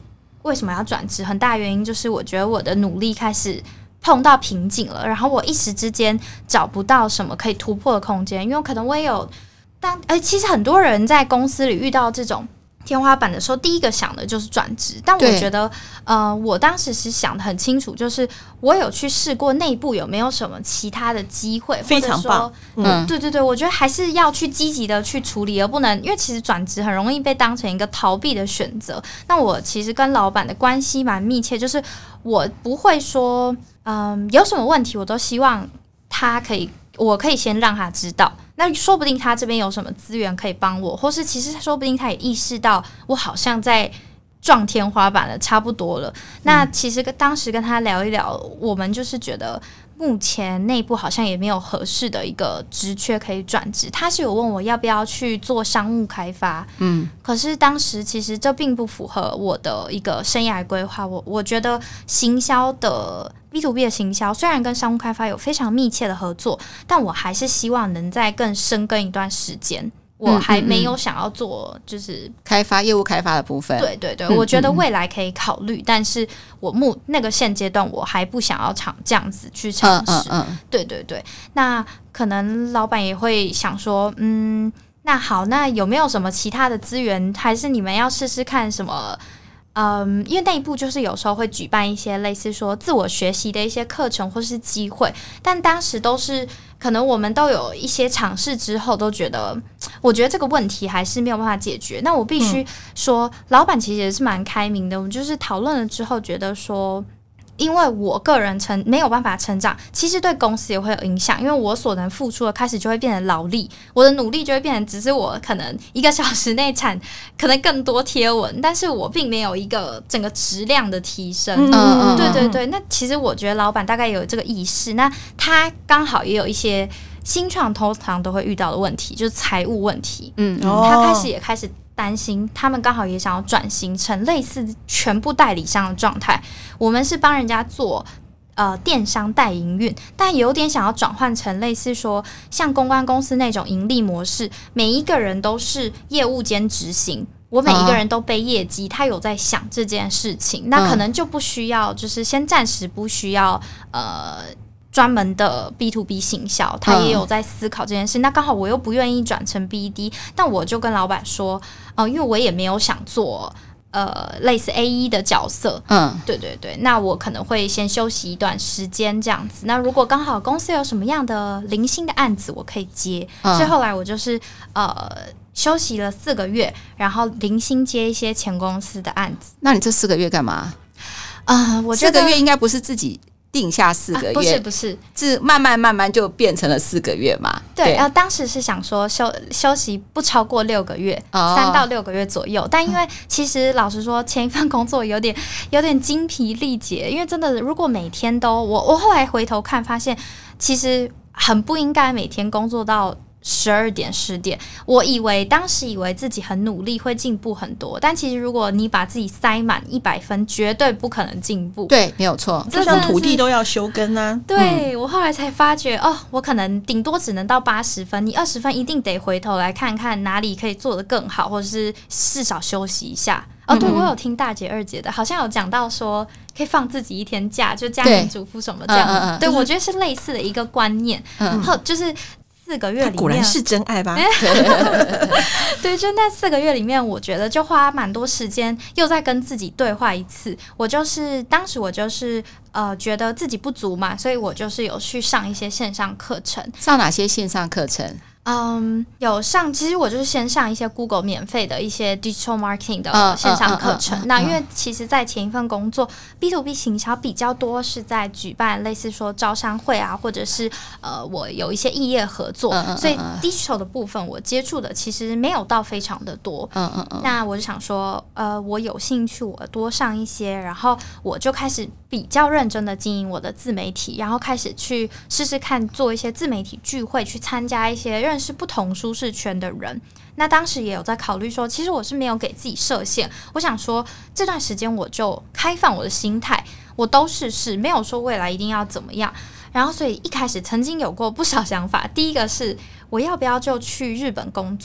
Speaker 3: 为什么要转职，很大原因就是我觉得我的努力开始碰到瓶颈了，然后我一时之间找不到什么可以突破的空间，因为可能我也有当哎、欸，其实很多人在公司里遇到这种天花板的时候，第一个想的就是转职。但我觉得，呃，我当时是想的很清楚，就是我有去试过内部有没有什么其他的机会，
Speaker 2: 非常棒。
Speaker 3: 嗯，对对对，我觉得还是要去积极的去处理，而不能因为其实转职很容易被当成一个逃避的选择。那我其实跟老板的关系蛮密切，就是我不会说，嗯，有什么问题我都希望他可以，我可以先让他知道。那说不定他这边有什么资源可以帮我，或是其实说不定他也意识到我好像在撞天花板了，差不多了。那其实当时跟他聊一聊，我们就是觉得目前内部好像也没有合适的一个职缺可以转职。他是有问我要不要去做商务开发，嗯，可是当时其实这并不符合我的一个生涯规划。我我觉得行销的B to B 的行销虽然跟商务开发有非常密切的合作，但我还是希望能再更深耕一段时间。我还没有想要做就是
Speaker 1: 开发业务开发的部分。
Speaker 3: 对对对，我觉得未来可以考虑，嗯、但是我目那个现阶段我还不想要尝这样子去尝试。嗯嗯，对对对，那可能老板也会想说，嗯，那好，那有没有什么其他的资源，还是你们要试试看什么？嗯，因为内部就是有时候会举办一些类似说自我学习的一些课程或是机会，但当时都是可能我们都有一些尝试之后，都觉得我觉得这个问题还是没有办法解决。那我必须说，嗯、老板其实也是蛮开明的，我们就是讨论了之后，觉得说。因为我个人成没有办法成长，其实对公司也会有影响，因为我所能付出的开始就会变成劳力，我的努力就会变成只是我可能一个小时内产可能更多贴文，但是我并没有一个整个质量的提升。嗯嗯，对对对，那其实我觉得老板大概有这个意识，那他刚好也有一些新创通常都会遇到的问题，就是财务问题。嗯，他开始也开始担心，他们刚好也想要转型成类似全部代理商的状态。我们是帮人家做呃电商代营运，但有点想要转换成类似说像公关公司那种盈利模式，每一个人都是业务兼执行。我每一个人都背业绩，他有在想这件事情，那可能就不需要，就是先暂时不需要呃。专门的 B to B 行销，他也有在思考这件事。嗯、那刚好我又不愿意转成 B D， 但我就跟老板说，呃，因为我也没有想做呃类似 A E 的角色，嗯，对对对，那我可能会先休息一段时间这样子。那如果刚好公司有什么样的零星的案子，我可以接。嗯、所以后来我就是呃休息了四个月，然后零星接一些前公司的案子。
Speaker 1: 那你这四个月干嘛？
Speaker 3: 啊、呃，我觉得
Speaker 1: 四个月应该不是自己定下四个月、啊、
Speaker 3: 不是不是，
Speaker 1: 是慢慢慢慢就变成了四个月嘛。
Speaker 3: 对，然后当时是想说休休息不超过六个月，哦、三到六个月左右。但因为其实老实说，前一份工作有点有点精疲力竭，因为真的如果每天都我我后来回头看发现，其实很不应该每天工作到十二点十点，我以为当时以为自己很努力会进步很多，但其实如果你把自己塞满一百分，绝对不可能进步。
Speaker 1: 对，没有错，
Speaker 2: 就像土地都要休耕啊。
Speaker 3: 对、嗯、我后来才发觉，哦，我可能顶多只能到八十分，你二十分一定得回头来看看哪里可以做得更好，或者是至少休息一下。哦，对，我有听大姐二姐的，好像有讲到说可以放自己一天假，就家庭主妇什么这样子。对，嗯嗯嗯、对我觉得是类似的一个观念，嗯，后就是四个月里面，
Speaker 2: 果然是真爱吧？
Speaker 3: 对，就那四个月里面，我觉得就花蛮多时间，又再跟自己对话一次。我就是当时我就是呃觉得自己不足嘛，所以我就是有去上一些线上课程。
Speaker 1: 上哪些线上课程？
Speaker 3: 嗯，有上，其实我就是先上一些 Google 免费的一些 digital marketing 的线上课程。Uh, uh, uh, uh, uh, 那因为其实在前一份工作 B to B 行销比较多是在举办类似说招商会啊，或者是呃我有一些异业合作， uh, uh, uh, uh, 所以 digital 的部分我接触的其实没有到非常的多。Uh, uh, uh, 那我就想说，呃，我有兴趣，我多上一些，然后我就开始比较认真的经营我的自媒体，然后开始去试试看做一些自媒体聚会，去参加一些认识不同舒适圈的人。那当时也有在考虑说，其实我是没有给自己设限，我想说这段时间我就开放我的心态，我都试试，没有说未来一定要怎么样。然后所以一开始曾经有过不少想法，第一个是我要不要就去日本工作，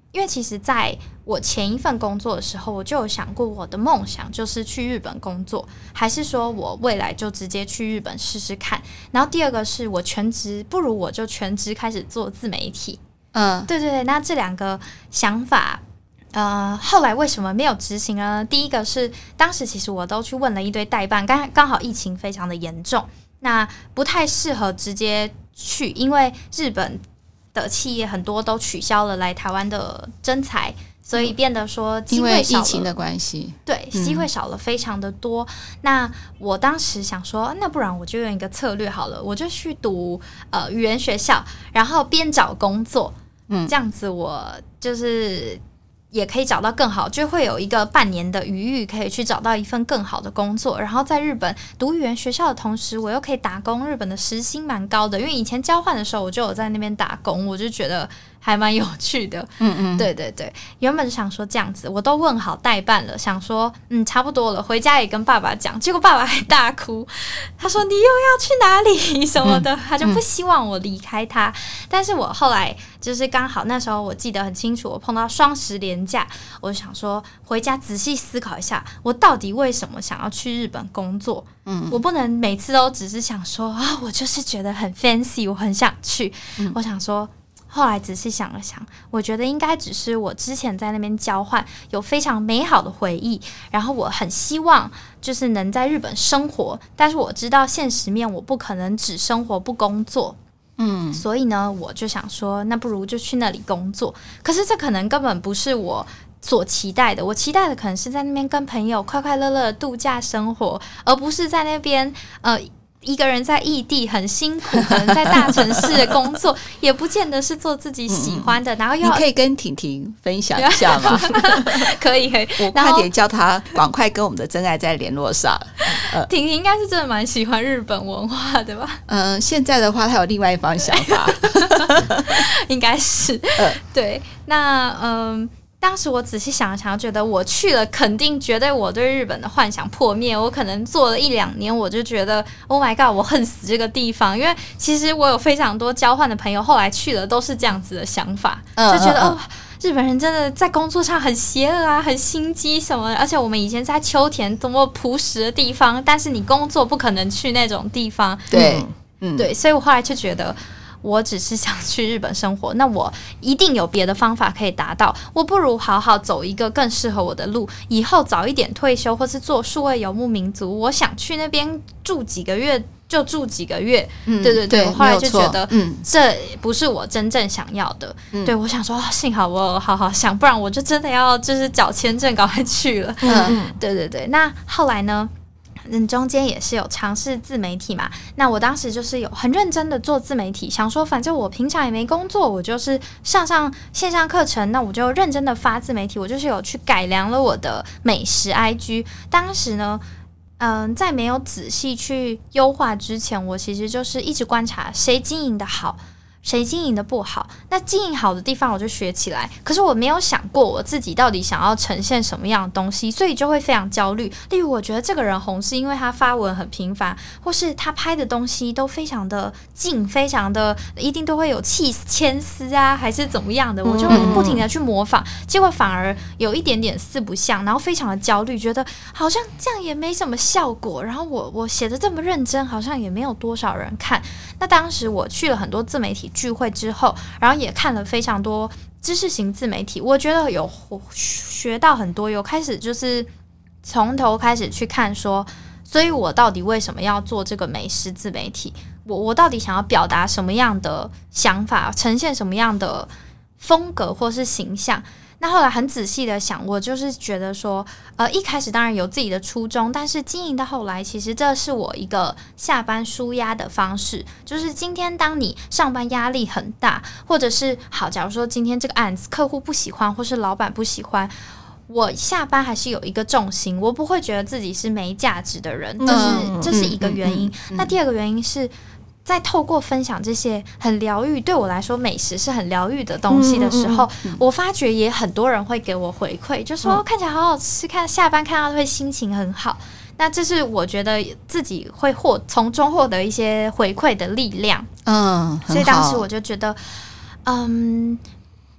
Speaker 3: 因为其实在我前一份工作的时候，我就有想过我的梦想就是去日本工作，还是说我未来就直接去日本试试看。然后第二个是我全职，不如我就全职开始做自媒体。嗯，对对对，那这两个想法呃，后来为什么没有执行呢？第一个是当时其实我都去问了一堆代办，刚刚好疫情非常的严重，那不太适合直接去，因为日本的企业很多都取消了来台湾的征才，所以变得说机会少了，
Speaker 1: 因为疫情的关系，
Speaker 3: 对，机会少了非常的多。嗯、那我当时想说，那不然我就用一个策略好了，我就去读呃语言学校，然后边找工作，嗯，这样子我就是也可以找到更好，就会有一个半年的余裕，可以去找到一份更好的工作。然后在日本读语言学校的同时，我又可以打工，日本的时薪蛮高的，因为以前交换的时候我就有在那边打工，我就觉得还蛮有趣的。嗯嗯，对对对，原本想说这样子，我都问好代办了，想说嗯差不多了，回家也跟爸爸讲，结果爸爸还大哭，他说你又要去哪里什么的，他就不希望我离开他。但是我后来就是刚好那时候我记得很清楚，我碰到双十连假，我就想说回家仔细思考一下，我到底为什么想要去日本工作。嗯，我不能每次都只是想说啊，我就是觉得很 fancy， 我很想去。嗯、我想说。后来仔细想了想，我觉得应该只是我之前在那边交换有非常美好的回忆，然后我很希望就是能在日本生活，但是我知道现实面我不可能只生活不工作，嗯，所以呢我就想说那不如就去那里工作。可是这可能根本不是我所期待的，我期待的可能是在那边跟朋友快快乐乐的度假生活，而不是在那边呃一个人在异地很辛苦，可能在大城市的工作也不见得是做自己喜欢的。嗯、然后要
Speaker 1: 你可以跟婷婷分享一下吗？
Speaker 3: 可以可以，
Speaker 1: 我快点叫她赶快跟我们的真爱在联络上。
Speaker 3: 呃、婷婷应该是真的蛮喜欢日本文化的吧？
Speaker 1: 嗯、呃，现在的话她有另外一番想法，
Speaker 3: 应该是、呃、对。那嗯。当时我仔细想了想，觉得我去了，肯定绝对我对日本的幻想破灭。我可能做了一两年，我就觉得 Oh my god， 我恨死这个地方。因为其实我有非常多交换的朋友，后来去了都是这样子的想法，嗯、就觉得、嗯、哦，日本人真的在工作上很邪恶啊，很心机什么的。而且我们以前在秋田多么朴实的地方，但是你工作不可能去那种地方。
Speaker 1: 对，
Speaker 3: 嗯，对，所以我后来就觉得。我只是想去日本生活，那我一定有别的方法可以达到。我不如好好走一个更适合我的路，以后早一点退休，或是做数位游牧民族。我想去那边住几个月就住几个月。嗯、对对对，我后来就觉得，嗯，这不是我真正想要的。嗯、对，我想说，幸好我有好好想，不然我就真的要就是找签证赶快去了。嗯，对对对。那后来呢？嗯，中间也是有尝试自媒体嘛，那我当时就是有很认真的做自媒体，想说反正我平常也没工作，我就是上上线上课程，那我就认真的发自媒体，我就是有去改良了我的美食 I G。 当时呢嗯，在没有仔细去优化之前，我其实就是一直观察谁经营的好，谁经营的不好，那经营好的地方我就学起来。可是我没有想过我自己到底想要呈现什么样的东西，所以就会非常焦虑。例如我觉得这个人红是因为他发文很频繁，或是他拍的东西都非常的近，非常的一定都会有气牵丝啊，还是怎么样的，我就不停的去模仿，结果反而有一点点四不像，然后非常的焦虑，觉得好像这样也没什么效果，然后我我写的这么认真，好像也没有多少人看。那当时我去了很多自媒体聚会之后，然后也看了非常多知识型自媒体，我觉得有学到很多，有开始就是从头开始去看说，所以我到底为什么要做这个美食自媒体，我我到底想要表达什么样的想法，呈现什么样的风格或是形象。那后来很仔细的想，我就是觉得说呃，一开始当然有自己的初衷，但是经营到后来，其实这是我一个下班抒压的方式。就是今天当你上班压力很大，或者是好，假如说今天这个案子客户不喜欢，或是老板不喜欢，我下班还是有一个重心，我不会觉得自己是没价值的人，这是这是一个原因。那第二个原因是在透过分享这些很疗愈，对我来说美食是很疗愈的东西的时候，嗯嗯嗯、我发觉也很多人会给我回馈，就说、嗯、看起来好好吃，看下班看到会心情很好。那这是我觉得自己会获从中获得一些回馈的力量。嗯，所以当时我就觉得，嗯，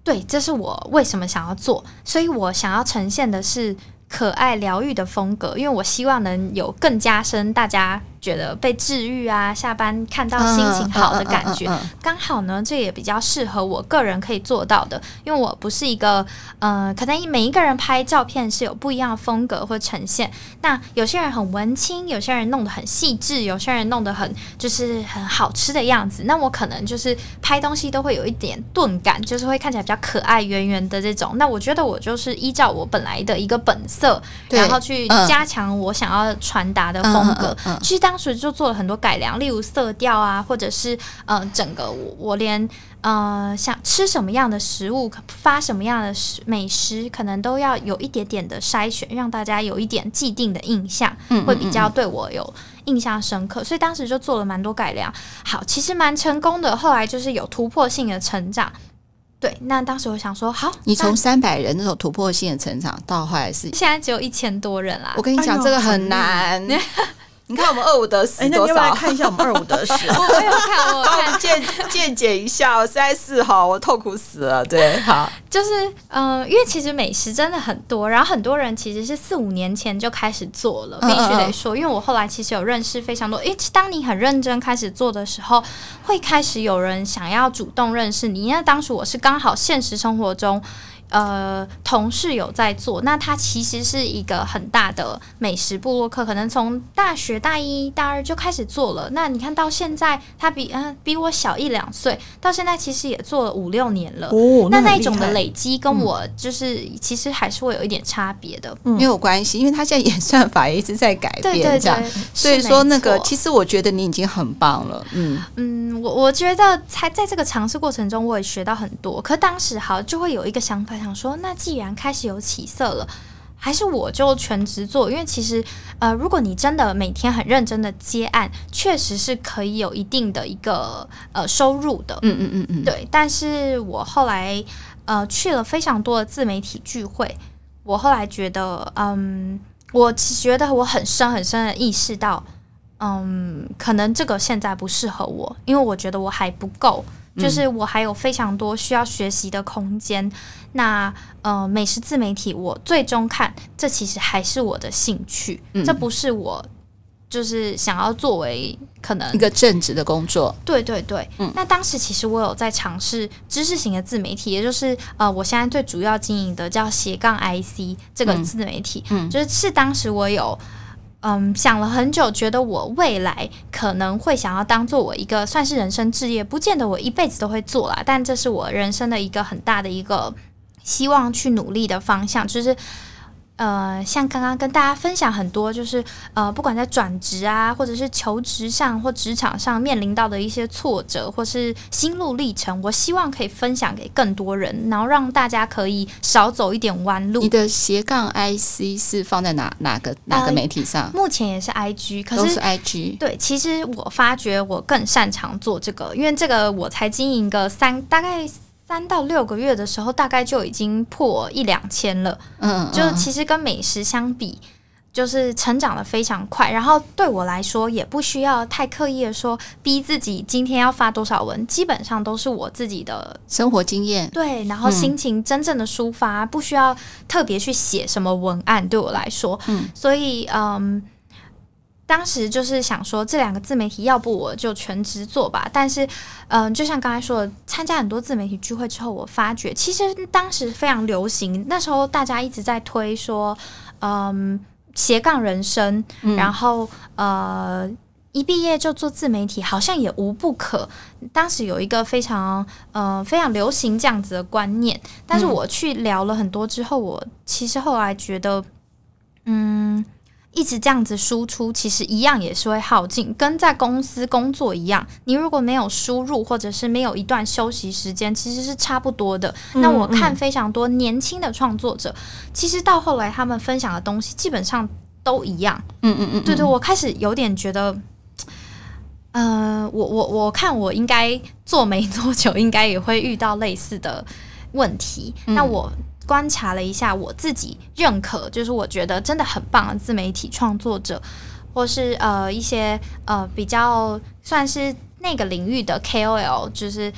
Speaker 3: 对，这是我为什么想要做，所以我想要呈现的是可爱疗愈的风格，因为我希望能有更加深大家觉得被治愈啊，下班看到心情好的感觉。刚好呢，这也比较适合我个人可以做到的，因为我不是一个呃，可能每一个人拍照片是有不一样的风格或呈现。那有些人很文青，有些人弄得很细致，有些人弄得很就是很好吃的样子。那我可能就是拍东西都会有一点钝感，就是会看起来比较可爱圆圆的这种。那我觉得我就是依照我本来的一个本色，然后去加强我想要传达的风格。嗯嗯嗯嗯、其实当时就做了很多改良，例如色调啊，或者是呃整个我我连呃想吃什么样的食物，发什么样的美食，可能都要有一点点的筛选，让大家有一点既定的印象，嗯嗯嗯会比较对我有印象深刻。所以当时就做了蛮多改良，好，其实蛮成功的。后来就是有突破性的成长。对，那当时我想说，好，
Speaker 1: 你从三百人那种突破性的成长，到后来是
Speaker 3: 现在只有一千多人啦。
Speaker 1: 我跟你讲，哎、这个很难。你看我们二五得十多少？
Speaker 2: 哎、那你要不要看一下我们二五得十？
Speaker 3: 我有看，我看
Speaker 1: 见见解一下，我实在是哈，我痛苦死了。对，好，
Speaker 3: 就是嗯、呃，因为其实美食真的很多，然后很多人其实是四五年前就开始做了，必须得说，因为我后来其实有认识非常多。诶，当你很认真开始做的时候，会开始有人想要主动认识你。因为当时我是刚好现实生活中。呃，同事有在做，那他其实是一个很大的美食部落客，可能从大学大一、大二就开始做了。那你看到现在，他比嗯、呃、比我小一两岁，到现在其实也做了五六年了。
Speaker 2: 哦，那
Speaker 3: 那一种的累积跟我就是、嗯、其实还是会有一点差别的，
Speaker 1: 嗯、没有关系，因为他现在演算法也一直在改变，
Speaker 3: 对对对，
Speaker 1: 这样，所以说那个其实我觉得你已经很棒了，嗯
Speaker 3: 嗯，我我觉得才在这个尝试过程中，我也学到很多。可当时好就会有一个想法。想说，那既然开始有起色了，还是我就全职做？因为其实，呃，如果你真的每天很认真的接案，确实是可以有一定的一个呃收入的。
Speaker 1: 嗯嗯嗯嗯，
Speaker 3: 对。但是我后来呃去了非常多的自媒体聚会，我后来觉得，嗯，我觉得我很深很深的意识到，嗯，可能这个现在不适合我，因为我觉得我还不够。就是我还有非常多需要学习的空间。那呃，美食自媒体，我最终看，这其实还是我的兴趣，嗯、这不是我就是想要作为可能
Speaker 1: 一个正职的工作。
Speaker 3: 对对对。嗯、那当时其实我有在尝试知识型的自媒体，也就是呃，我现在最主要经营的叫斜杠 I C 这个自媒体，嗯，就是是当时我有。嗯，想了很久，觉得我未来可能会想要当做我一个算是人生志业，不见得我一辈子都会做啦，但这是我人生的一个很大的一个希望去努力的方向，就是呃，像刚刚跟大家分享很多，就是呃，不管在转职啊，或者是求职上或职场上面临到的一些挫折，或是心路历程，我希望可以分享给更多人，然后让大家可以少走一点弯路。
Speaker 1: 你的斜杠 I C 是放在哪哪个哪个媒体上？
Speaker 3: 呃、目前也是 I G， 可是
Speaker 1: 都是 I G。
Speaker 3: 对，其实我发觉我更擅长做这个，因为这个我才经营个三大概。三到六个月的时候，大概就已经破一两千了。嗯，嗯，就是其实跟美食相比，就是成长的非常快。然后对我来说，也不需要太刻意的说逼自己今天要发多少文，基本上都是我自己的
Speaker 1: 生活经验。
Speaker 3: 对，然后心情真正的抒发，嗯、不需要特别去写什么文案。对我来说，嗯，所以嗯。当时就是想说这两个自媒体要不我就全职做吧，但是嗯、呃，就像刚才说的，参加很多自媒体聚会之后，我发觉其实当时非常流行，那时候大家一直在推说嗯斜杠人生，嗯、然后呃一毕业就做自媒体好像也无不可，当时有一个非常呃非常流行这样子的观念，但是我去聊了很多之后，我其实后来觉得嗯一直这样子输出，其实一样也是会耗尽，跟在公司工作一样。你如果没有输入，或者是没有一段休息时间，其实是差不多的。嗯、那我看非常多年轻的创作者，嗯、其实到后来他们分享的东西基本上都一样。嗯嗯嗯，对对，我开始有点觉得，呃，我我我看我应该做没多久，应该也会遇到类似的问题。嗯、那我。观察了一下我自己认可，就是我觉得真的很棒的自媒体创作者，或是呃一些呃比较算是那个领域的 K O L， 就是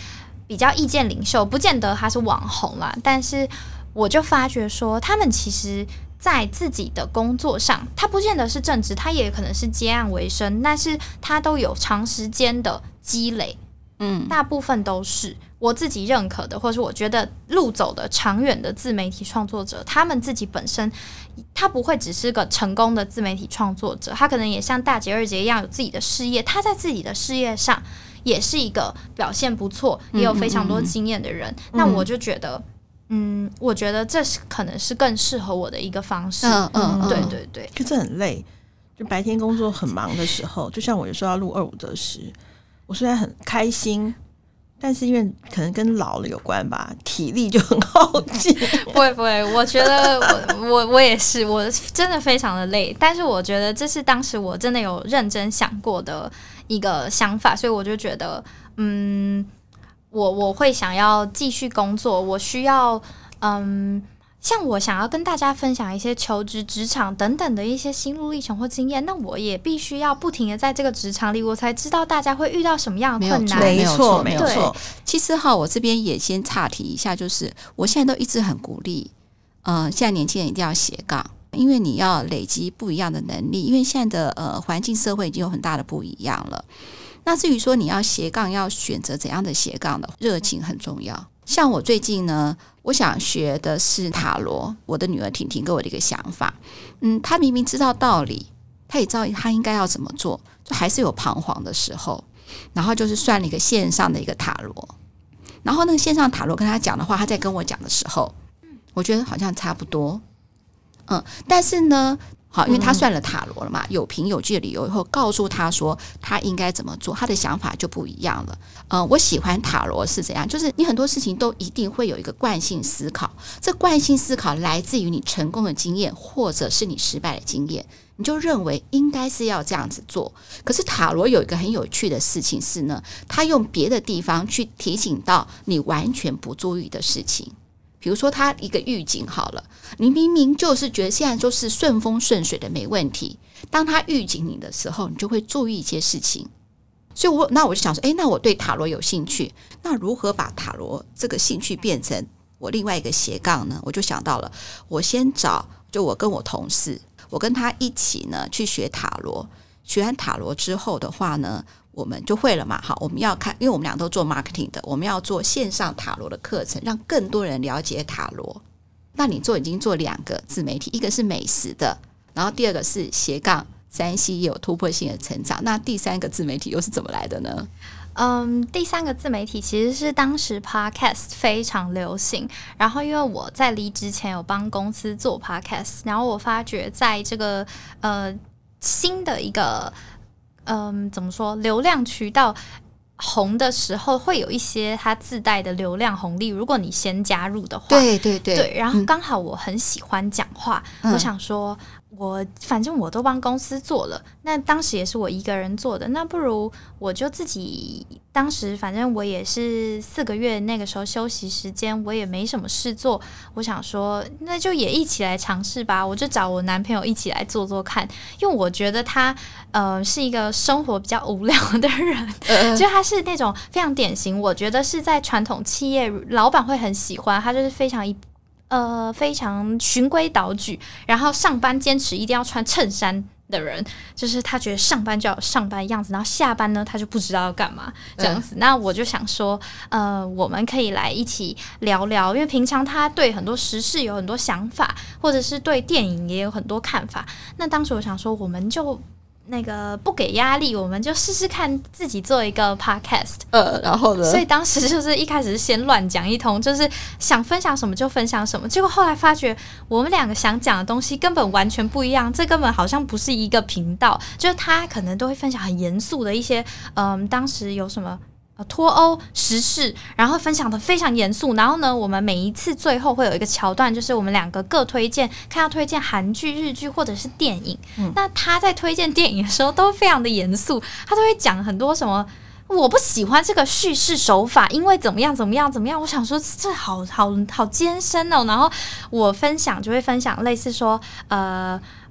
Speaker 3: 比较意见领袖，不见得他是网红啦，但是我就发觉说，他们其实在自己的工作上，他不见得是正职，他也可能是接案为生，但是他都有长时间的积累，嗯，大部分都是我自己认可的，或是我觉得路走的长远的自媒体创作者，他们自己本身他不会只是个成功的自媒体创作者，他可能也像大姐二姐一样有自己的事业，他在自己的事业上也是一个表现不错，也有非常多经验的人，嗯嗯嗯，那我就觉得嗯，我觉得这是可能是更适合我的一个方式。嗯嗯嗯，对对对。
Speaker 2: 可是很累，就白天工作很忙的时候，就像我有时候要录二五得十，我虽然很开心，但是因为可能跟老了有关吧，体力就很耗尽。
Speaker 3: 不会不会，我觉得我我我也是，我真的非常的累，但是我觉得这是当时我真的有认真想过的一个想法，所以我就觉得嗯。我我会想要继续工作，我需要嗯，像我想要跟大家分享一些求职、职场等等的一些心路历程或经验，那我也必须要不停的在这个职场里，我才知道大家会遇到什么样的困难。
Speaker 2: 没错，没有错。
Speaker 1: 其实哈，我这边也先岔题一下，就是我现在都一直很鼓励，呃，现在年轻人一定要斜杠，因为你要累积不一样的能力，因为现在的呃环境社会已经有很大的不一样了。那至于说你要斜杠，要选择怎样的斜杠的热情很重要。像我最近呢，我想学的是塔罗，我的女儿婷婷给我的一个想法，嗯，她明明知道道理，她也知道她应该要怎么做，就还是有彷徨的时候，然后就是算了一个线上的一个塔罗，然后那个线上塔罗跟她讲的话，她在跟我讲的时候，我觉得好像差不多，嗯，但是呢好，因为他算了塔罗了嘛，有凭有据的理由以后，告诉他说他应该怎么做，他的想法就不一样了。呃，我喜欢塔罗是怎样，就是你很多事情都一定会有一个惯性思考，这惯性思考来自于你成功的经验，或者是你失败的经验，你就认为应该是要这样子做。可是塔罗有一个很有趣的事情是呢，他用别的地方去提醒到你完全不注意的事情。比如说他一个预警好了，你明明就是觉得现在就是顺风顺水的没问题，当他预警你的时候，你就会注意一些事情。所以我那我就想说，诶，那我对塔罗有兴趣，那如何把塔罗这个兴趣变成我另外一个斜杠呢？我就想到了，我先找就我跟我同事，我跟他一起呢去学塔罗，学完塔罗之后的话呢，我们就会了嘛。好，我们要看，因为我们俩都做 marketing 的，我们要做线上塔罗的课程，让更多人了解塔罗。那你做已经做两个自媒体，一个是美食的，然后第二个是斜杠三 C 也有突破性的成长。那第三个自媒体又是怎么来的呢？
Speaker 3: 嗯，第三个自媒体其实是当时 podcast 非常流行，然后因为我在离职前有帮公司做 podcast， 然后我发觉在这个呃新的一个嗯怎么说流量渠道红的时候，会有一些它自带的流量红利，如果你先加入的话，
Speaker 1: 对对对，
Speaker 3: 对，然后刚好我很喜欢讲话，嗯、我想说我反正我都帮公司做了，那当时也是我一个人做的，那不如我就自己，当时反正我也是四个月那个时候休息时间，我也没什么事做，我想说那就也一起来尝试吧，我就找我男朋友一起来做做看，因为我觉得他呃是一个生活比较无聊的人，呃、就他是那种非常典型，我觉得是在传统企业老板会很喜欢，他就是非常一呃，非常循规蹈矩，然后上班坚持一定要穿衬衫的人，就是他觉得上班就要有上班的样子，然后下班呢他就不知道要干嘛这样子。嗯、那我就想说，呃，我们可以来一起聊聊，因为平常他对很多时事有很多想法，或者是对电影也有很多看法。那当时我想说，我们就那个不给压力，我们就试试看自己做一个 podcast。
Speaker 1: 呃，然后呢？
Speaker 3: 所以当时就是一开始是先乱讲一通，就是想分享什么就分享什么。结果后来发觉，我们两个想讲的东西根本完全不一样，这根本好像不是一个频道。就是他可能都会分享很严肃的一些，嗯，当时有什么。呃，脱欧时事，然后分享的非常严肃。然后呢，我们每一次最后会有一个桥段，就是我们两个各推荐，看要推荐韩剧、日剧或者是电影。嗯、那他在推荐电影的时候都非常的严肃，他都会讲很多什么。我不喜欢这个叙事手法，因为怎么样怎么样怎么样。我想说这好好好艰深哦。然后我分享就会分享类似说，呃。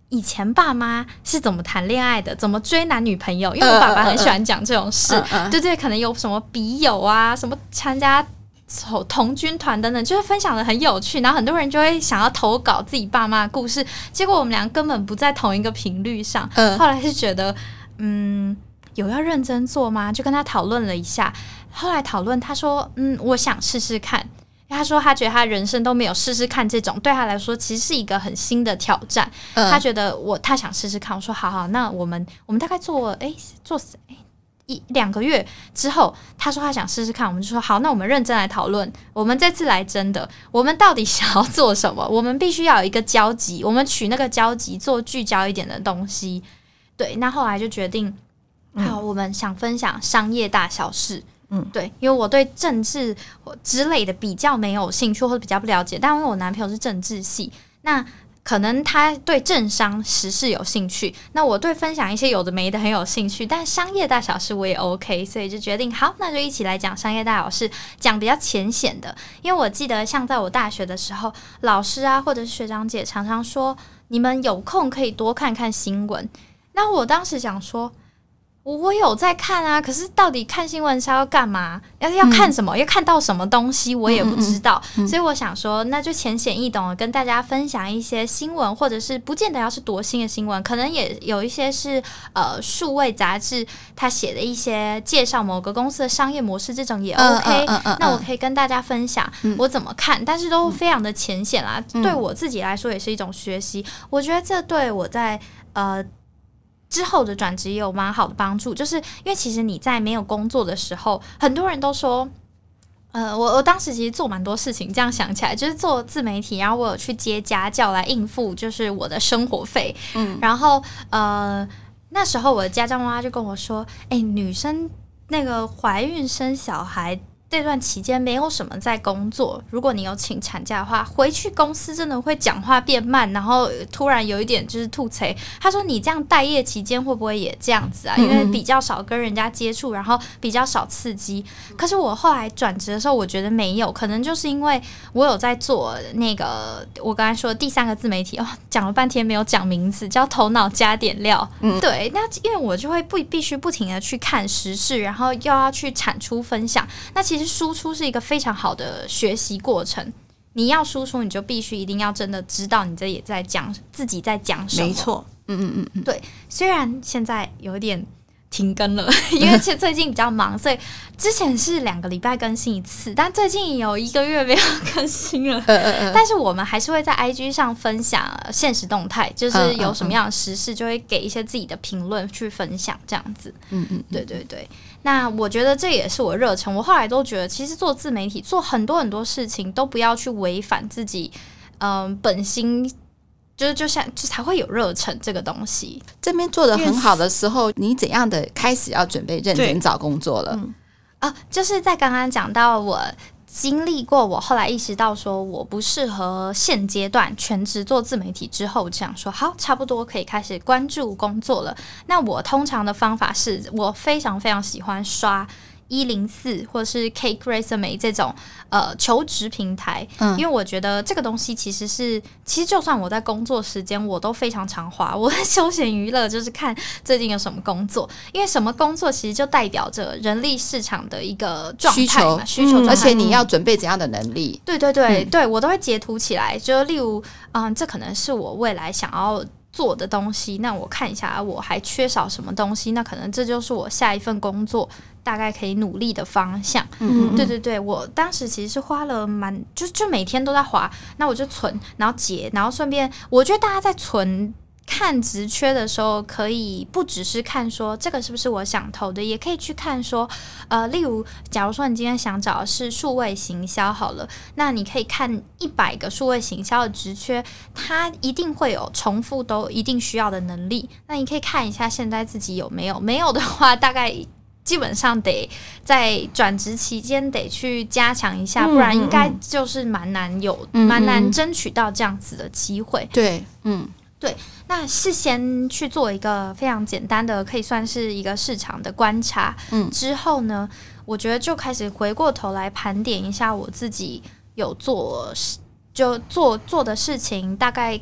Speaker 3: 以前爸妈是怎么谈恋爱的，怎么追男女朋友，因为我爸爸很喜欢讲这种事，呃呃呃对对，可能有什么笔友啊，什么参加童军团等等，就是分享的很有趣，然后很多人就会想要投稿自己爸妈的故事，结果我们俩根本不在同一个频率上，呃、后来是觉得嗯有要认真做吗？就跟他讨论了一下，后来讨论他说嗯我想试试看，他说他觉得他人生都没有试试看这种，对他来说其实是一个很新的挑战，呃、他觉得我他想试试看，我说好好，那我们我们大概做哎做哎一两个月之后，他说他想试试看，我们就说好，那我们认真来讨论，我们这次来真的，我们到底想要做什么？我们必须要有一个交集，我们取那个交集做聚焦一点的东西。对，那后来就决定，好，我们想分享商业大小事。嗯，对，因为我对政治之类的比较没有兴趣或者比较不了解，但因为我男朋友是政治系，那可能他对政商时事有兴趣，那我对分享一些有的没的很有兴趣，但商业大小事我也 OK， 所以就决定好，那就一起来讲商业大小事，讲比较浅显的。因为我记得像在我大学的时候，老师啊或者是学长姐常常说，你们有空可以多看看新闻。那我当时想说，我有在看啊，可是到底看新闻是要干嘛？要要看什么？嗯、要看到什么东西？我也不知道。嗯嗯嗯、所以我想说，那就浅显易懂的跟大家分享一些新闻，或者是不见得要是多新的新闻，可能也有一些是呃数位杂志他写的一些介绍某个公司的商业模式，这种也 OK、呃呃呃呃。那我可以跟大家分享我怎么看，嗯、但是都非常的浅显啦、嗯。对我自己来说也是一种学习，我觉得这对我在呃。之后的转职也有蛮好的帮助，就是因为其实你在没有工作的时候，很多人都说，呃，我我当时其实做蛮多事情，这样想起来，就是做自媒体，然后我有去接家教来应付，就是我的生活费，嗯，然后呃那时候我的家教妈妈就跟我说，哎、欸，女生那个怀孕生小孩。这段期间没有什么在工作，如果你有请产假的话，回去公司真的会讲话变慢，然后突然有一点就是吐槽。他说你这样待业期间会不会也这样子啊？因为比较少跟人家接触，然后比较少刺激。可是我后来转职的时候，我觉得没有，可能就是因为我有在做那个我刚才说的第三个自媒体哦，讲了半天没有讲名字，叫头脑加点料。嗯，对，那因为我就会不必须不停的去看时事，然后又要去产出分享，那其实输出是一个非常好的学习过程，你要输出，你就必须一定要真的知道你这也在讲自己在讲什么。
Speaker 2: 没错，嗯嗯嗯嗯，
Speaker 3: 对。虽然现在有点停更了，因为最近比较忙，所以之前是两个礼拜更新一次，但最近有一个月没有更新了。呃呃呃但是我们还是会在 I G 上分享限时动态，就是有什么样的时事，就会给一些自己的评论去分享，这样子。嗯嗯，对对对。那我觉得这也是我热忱，我后来都觉得其实做自媒体做很多很多事情都不要去违反自己嗯、呃、本心，就是就像就才会有热忱这个东西。
Speaker 1: 这边做得很好的时候，你怎样的开始要准备认真找工作了？嗯
Speaker 3: 啊，就是在刚刚讲到我经历过，我后来意识到说我不适合现阶段全职做自媒体之后，这样说好，差不多可以开始关注工作了。那我通常的方法是我非常非常喜欢刷一零四或是 Cake Resume 这种呃求职平台、嗯，因为我觉得这个东西其实是，其实就算我在工作时间，我都非常常滑。我的休闲娱乐就是看最近有什么工作，因为什么工作其实就代表着人力市场的一个状态嘛，需求，需求、嗯，
Speaker 1: 而且你要准备怎样的能力？
Speaker 3: 对对对、嗯、对，我都会截图起来，就例如，嗯，这可能是我未来想要做的东西，那我看一下我还缺少什么东西，那可能这就是我下一份工作大概可以努力的方向。嗯，对对对，我当时其实是花了蛮就就每天都在滑，那我就存，然后结，然后顺便我觉得大家在存看职缺的时候，可以不只是看说这个是不是我想投的，也可以去看说，呃，例如，假如说你今天想找的是数位行销好了，那你可以看一百个数位行销的职缺，它一定会有重复都一定需要的能力，那你可以看一下现在自己有没有，没有的话，大概基本上得在转职期间得去加强一下，不然应该就是蛮难有蛮、嗯、难争取到这样子的机会。
Speaker 1: 对，嗯。
Speaker 3: 对，那是先去做一个非常简单的，可以算是一个市场的观察。嗯，之后呢，我觉得就开始回过头来盘点一下我自己有做就做做的事情，大概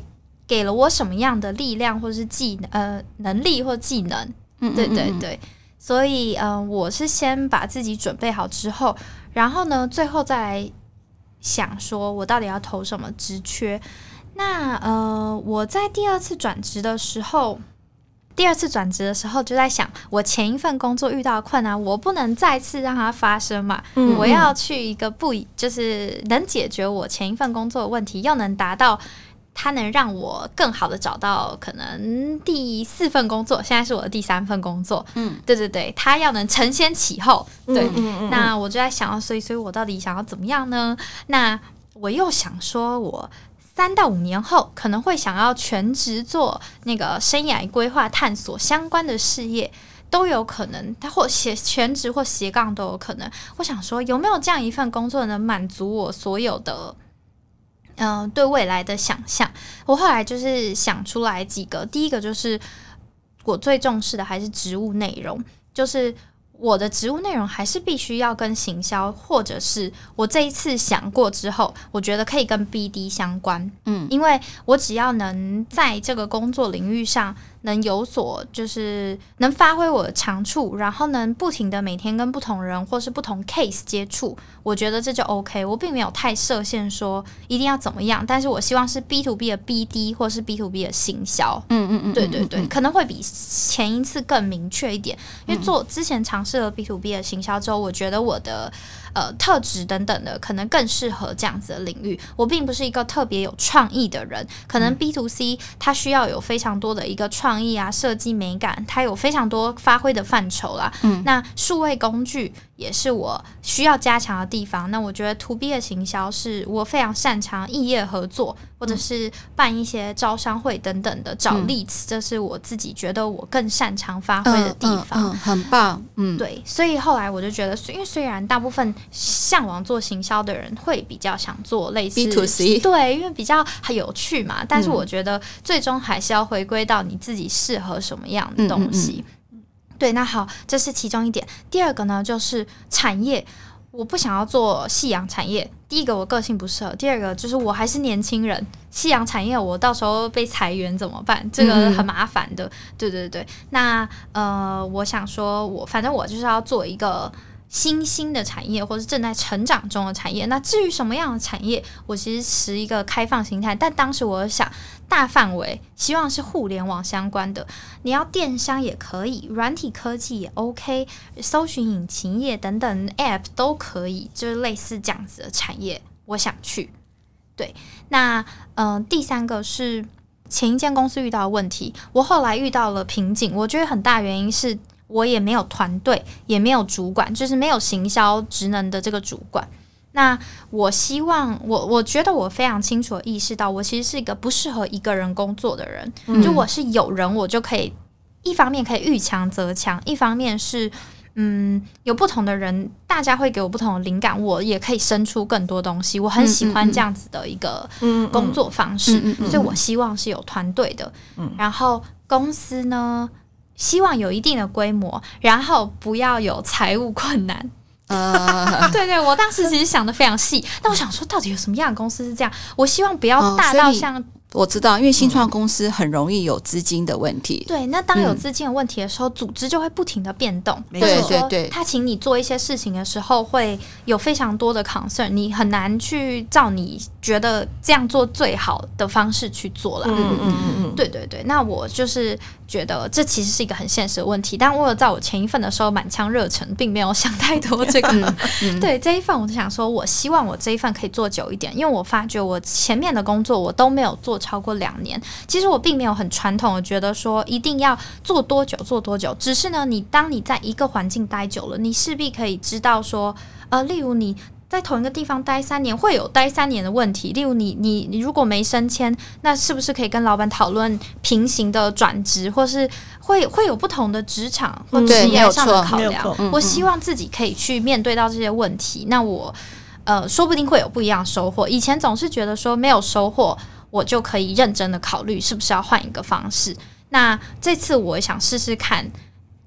Speaker 3: 给了我什么样的力量或是技呃能力或技能。嗯对对对，所以嗯、呃，我是先把自己准备好之后，然后呢，最后再来想说我到底要投什么职缺。那呃，我在第二次转职的时候。第二次转职的时候就在想，我前一份工作遇到的困难，我不能再次让它发生嘛。嗯、我要去一个不就是能解决我前一份工作的问题，又能达到它能让我更好的找到可能第四份工作，现在是我的第三份工作。嗯，对对对，它要能承先启后。对，嗯嗯嗯那我就在想，所以所以我到底想要怎么样呢？那我又想说，我。三到五年后可能会想要全职做那个生涯规划探索相关的事业都有可能，他或斜全职或斜杠都有可能。我想说有没有这样一份工作能满足我所有的嗯、呃、对未来的想象。我后来就是想出来几个，第一个就是我最重视的还是职务内容，就是我的职务内容还是必须要跟行销，或者是我这一次想过之后，我觉得可以跟 B D 相关。嗯，因为我只要能在这个工作领域上能有所，就是能发挥我的长处，然后能不停的每天跟不同人或是不同 case 接触，我觉得这就 OK。我并没有太设限说一定要怎么样，但是我希望是 B to B 的 B D 或是 B to B 的行销。嗯嗯嗯，对对对，可能会比前一次更明确一点，因为做之前尝试了 B to B 的行销之后，我觉得我的呃特质等等的可能更适合这样子的领域。我并不是一个特别有创意的人，可能 B to C 它需要有非常多的一个创意啊、设计美感，它有非常多发挥的范畴啦。嗯，那数位工具也是我需要加强的地方。那我觉得 to B 的行销是我非常擅长异业合作，或者是办一些招商会等等的找例子，嗯、这是我自己觉得我更擅长发挥的地方。嗯，嗯嗯很棒。嗯，对，所以后来我就觉得，因为虽然大部分向往做行销的人会比较想做类似
Speaker 1: B to C，
Speaker 3: 对，因为比较很有趣嘛。但是我觉得最终还是要回归到你自己适合什么样的东西。嗯嗯嗯对，那好，这是其中一点。第二个呢，就是产业，我不想要做夕阳产业。第一个，我个性不适合；第二个，就是我还是年轻人，夕阳产业我到时候被裁员怎么办？这个很麻烦的。嗯、对对对，那呃，我想说我，我反正我就是要做一个新兴的产业，或是正在成长中的产业。那至于什么样的产业，我其实持一个开放心态。但当时我想，大范围希望是互联网相关的，你要电商也可以，软体科技也 OK， 搜寻引擎业等等 App 都可以，就是类似这样子的产业，我想去。对，那嗯、呃，第三个是前一间公司遇到的问题，我后来遇到了瓶颈，我觉得很大原因是我也没有团队，也没有主管，就是没有行销职能的这个主管。那我希望我我觉得我非常清楚的意识到，我其实是一个不适合一个人工作的人。嗯、就我是有人，我就可以一方面可以遇强则强，一方面是嗯有不同的人，大家会给我不同的灵感，我也可以生出更多东西。我很喜欢这样子的一个工作方式，嗯嗯嗯、所以我希望是有团队的。嗯、然后公司呢，希望有一定的规模，然后不要有财务困难。呃，对对，我当时其实想的非常细，但我想说，到底有什么样的公司是这样？我希望不要大到像、哦、
Speaker 1: 我知道，因为新创公司很容易有资金的问题。
Speaker 3: 对，那当有资金的问题的时候，嗯、组织就会不停的变动。
Speaker 1: 对对对，
Speaker 3: 他请你做一些事情的时候，会有非常多的 concern， 你很难去照你觉得这样做最好的方式去做啦。嗯嗯嗯嗯，对对对。那我就是觉得这其实是一个很现实的问题，但我在我前一份的时候满腔热忱，并没有想太多这个。嗯嗯、对这一份，我就想说，我希望我这一份可以做久一点，因为我发觉我前面的工作我都没有做超过两年。其实我并没有很传统的觉得说一定要做多久做多久，只是呢，你当你在一个环境待久了，你势必可以知道说，呃，例如你在同一个地方待三年，会有待三年的问题。例如你你你如果没升迁，那是不是可以跟老板讨论平行的转职，或是会会有不同的职场或职业上的考量？嗯、我希望自己可以去面对到这些问题。那我呃，说不定会有不一样的收获。以前总是觉得说没有收获，我就可以认真的考虑是不是要换一个方式。那这次我想试试看。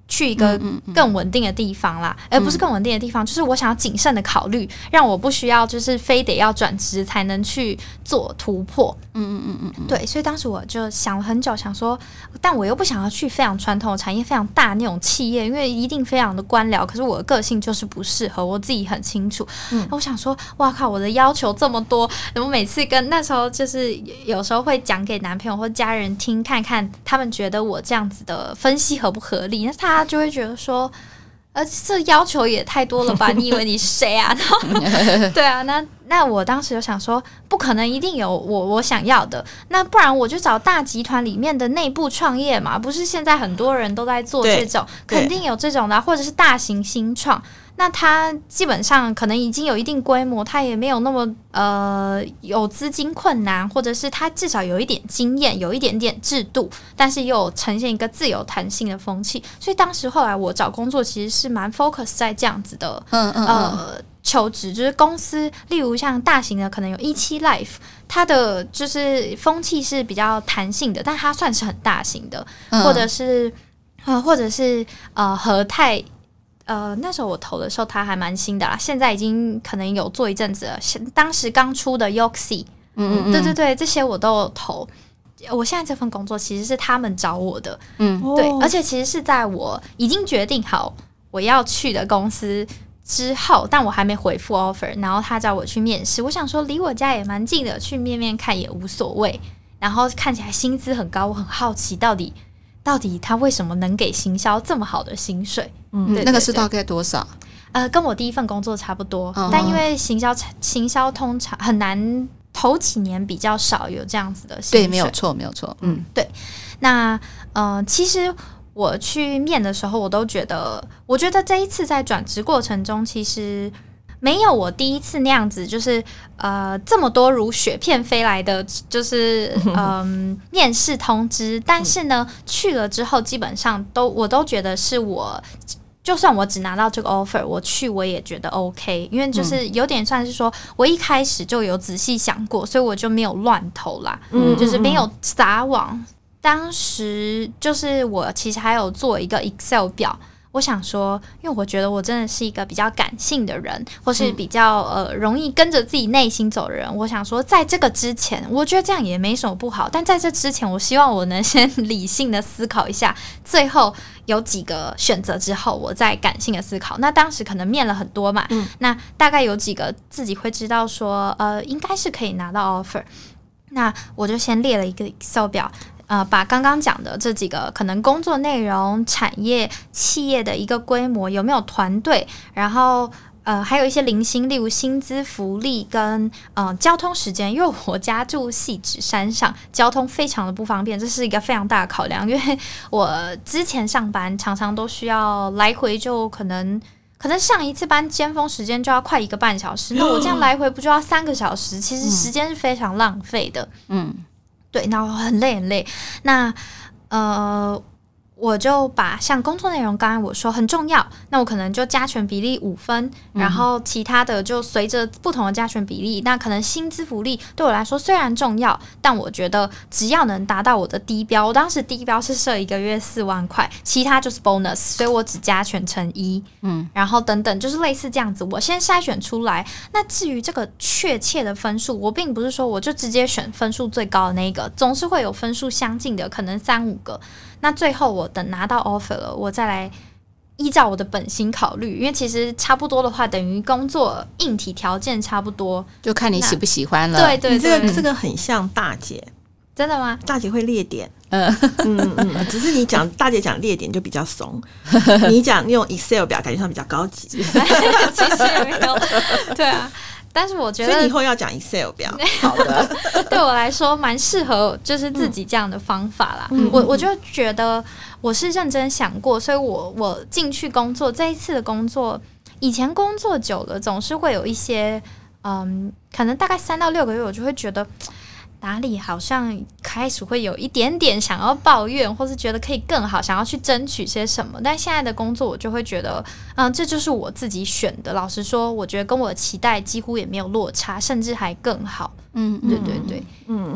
Speaker 3: 去一个更稳定的地方啦，而、嗯、不是更稳定的地方，就是我想要谨慎的考虑，让我不需要就是非得要转职才能去做突破。嗯嗯嗯嗯，对，所以当时我就想了很久，想说，但我又不想要去非常传统的产业、非常大那种企业，因为一定非常的官僚。可是我的个性就是不适合，我自己很清楚。嗯，我想说，哇靠，我的要求这么多，我每次跟那时候就是有时候会讲给男朋友或家人听，看看他们觉得我这样子的分析合不合理，那他就会觉得说，呃，这要求也太多了吧？你以为你是谁啊？然后对啊，那那我当时就想说，不可能一定有我我想要的，那不然我就找大集团里面的内部创业嘛，不是现在很多人都在做这种，肯定有这种的，或者是大型新创。那他基本上可能已经有一定规模，他也没有那么呃有资金困难，或者是他至少有一点经验，有一点点制度，但是又呈现一个自由弹性的风气。所以当时后来我找工作其实是蛮 focus 在这样子的，嗯嗯呃求职，就是公司，例如像大型的可能有一期 Life， 它的就是风气是比较弹性的，但它算是很大型的，嗯、或者是呃或者是呃和泰。呃，那时候我投的时候，它还蛮新的啦，现在已经可能有做一阵子了。当时刚出的 Yoxi， 嗯嗯，对对对，这些我都有投。我现在这份工作其实是他们找我的，嗯，对，而且其实是在我已经决定好我要去的公司之后，但我还没回复 offer， 然后他叫我去面试。我想说，离我家也蛮近的，去面面看也无所谓。然后看起来薪资很高，我很好奇到底。到底他为什么能给行销这么好的薪水？
Speaker 1: 嗯，对对对，那个是大概多少？
Speaker 3: 呃，跟我第一份工作差不多，哦、但因为行销行销通常很难，头几年比较少有这样子的薪水。
Speaker 1: 对，没有错，没有错。嗯，
Speaker 3: 对。那呃，其实我去面的时候，我都觉得，我觉得这一次在转职过程中，其实。没有我第一次那样子，就是呃这么多如雪片飞来的，就是嗯、呃、面试通知。但是呢，去了之后基本上都我都觉得是我，就算我只拿到这个 offer， 我去我也觉得 OK， 因为就是有点算是说我一开始就有仔细想过，所以我就没有乱投啦，嗯，就是没有撒网。当时就是我其实还有做一个 Excel 表。我想说，因为我觉得我真的是一个比较感性的人，或是比较呃容易跟着自己内心走的人。我想说，在这个之前，我觉得这样也没什么不好。但在这之前，我希望我能先理性的思考一下，最后有几个选择之后，我再感性的思考。那当时可能面了很多嘛，嗯、那大概有几个自己会知道说，呃，应该是可以拿到 offer。那我就先列了一个 Excel 表。呃，把刚刚讲的这几个可能工作内容、产业、企业的一个规模，有没有团队，然后呃还有一些零星，例如薪资福利跟呃交通时间，因为我家住汐止山上，交通非常的不方便，这是一个非常大的考量。因为我之前上班常常都需要来回，就可能可能上一次班尖峰时间就要快一个半小时，那我这样来回不就要三个小时？其实时间是非常浪费的。嗯。对，然后很累很累。那呃，我就把像工作内容，刚才我说很重要，那我可能就加权比例五分，然后其他的就随着不同的加权比例。那可能薪资福利对我来说虽然重要，但我觉得只要能达到我的低标，我当时低标是设一个月四万块，其他就是 bonus， 所以我只加权乘一，嗯，然后等等，就是类似这样子。我先筛选出来。那至于这个确切的分数，我并不是说我就直接选分数最高的那一个，总是会有分数相近的，可能三五个。那最后我等拿到 offer 了，我再来依照我的本心考虑，因为其实差不多的话，等于工作硬体条件差不多，
Speaker 1: 就看你喜不喜欢了。
Speaker 3: 对对对，
Speaker 2: 这个这个很像大姐，
Speaker 3: 真的吗？
Speaker 2: 大姐会列点，嗯嗯嗯，只是你讲大姐讲列点就比较怂，你讲用 Excel 表感觉上比较高级，其实
Speaker 3: 也没有，对啊。但是我觉得，
Speaker 2: 所以以后要讲 Excel 表，好的，
Speaker 3: 对我来说蛮适合，就是自己这样的方法啦。嗯、我我就觉得我是认真想过，所以我我进去工作，这一次的工作，以前工作久了，总是会有一些，嗯，可能大概三到六个月，我就会觉得哪里好像开始会有一点点想要抱怨，或是觉得可以更好，想要去争取些什么。但现在的工作，我就会觉得，嗯，这就是我自己选的。老实说，我觉得跟我的期待几乎也没有落差，甚至还更好。嗯，对对对，
Speaker 2: 嗯嗯。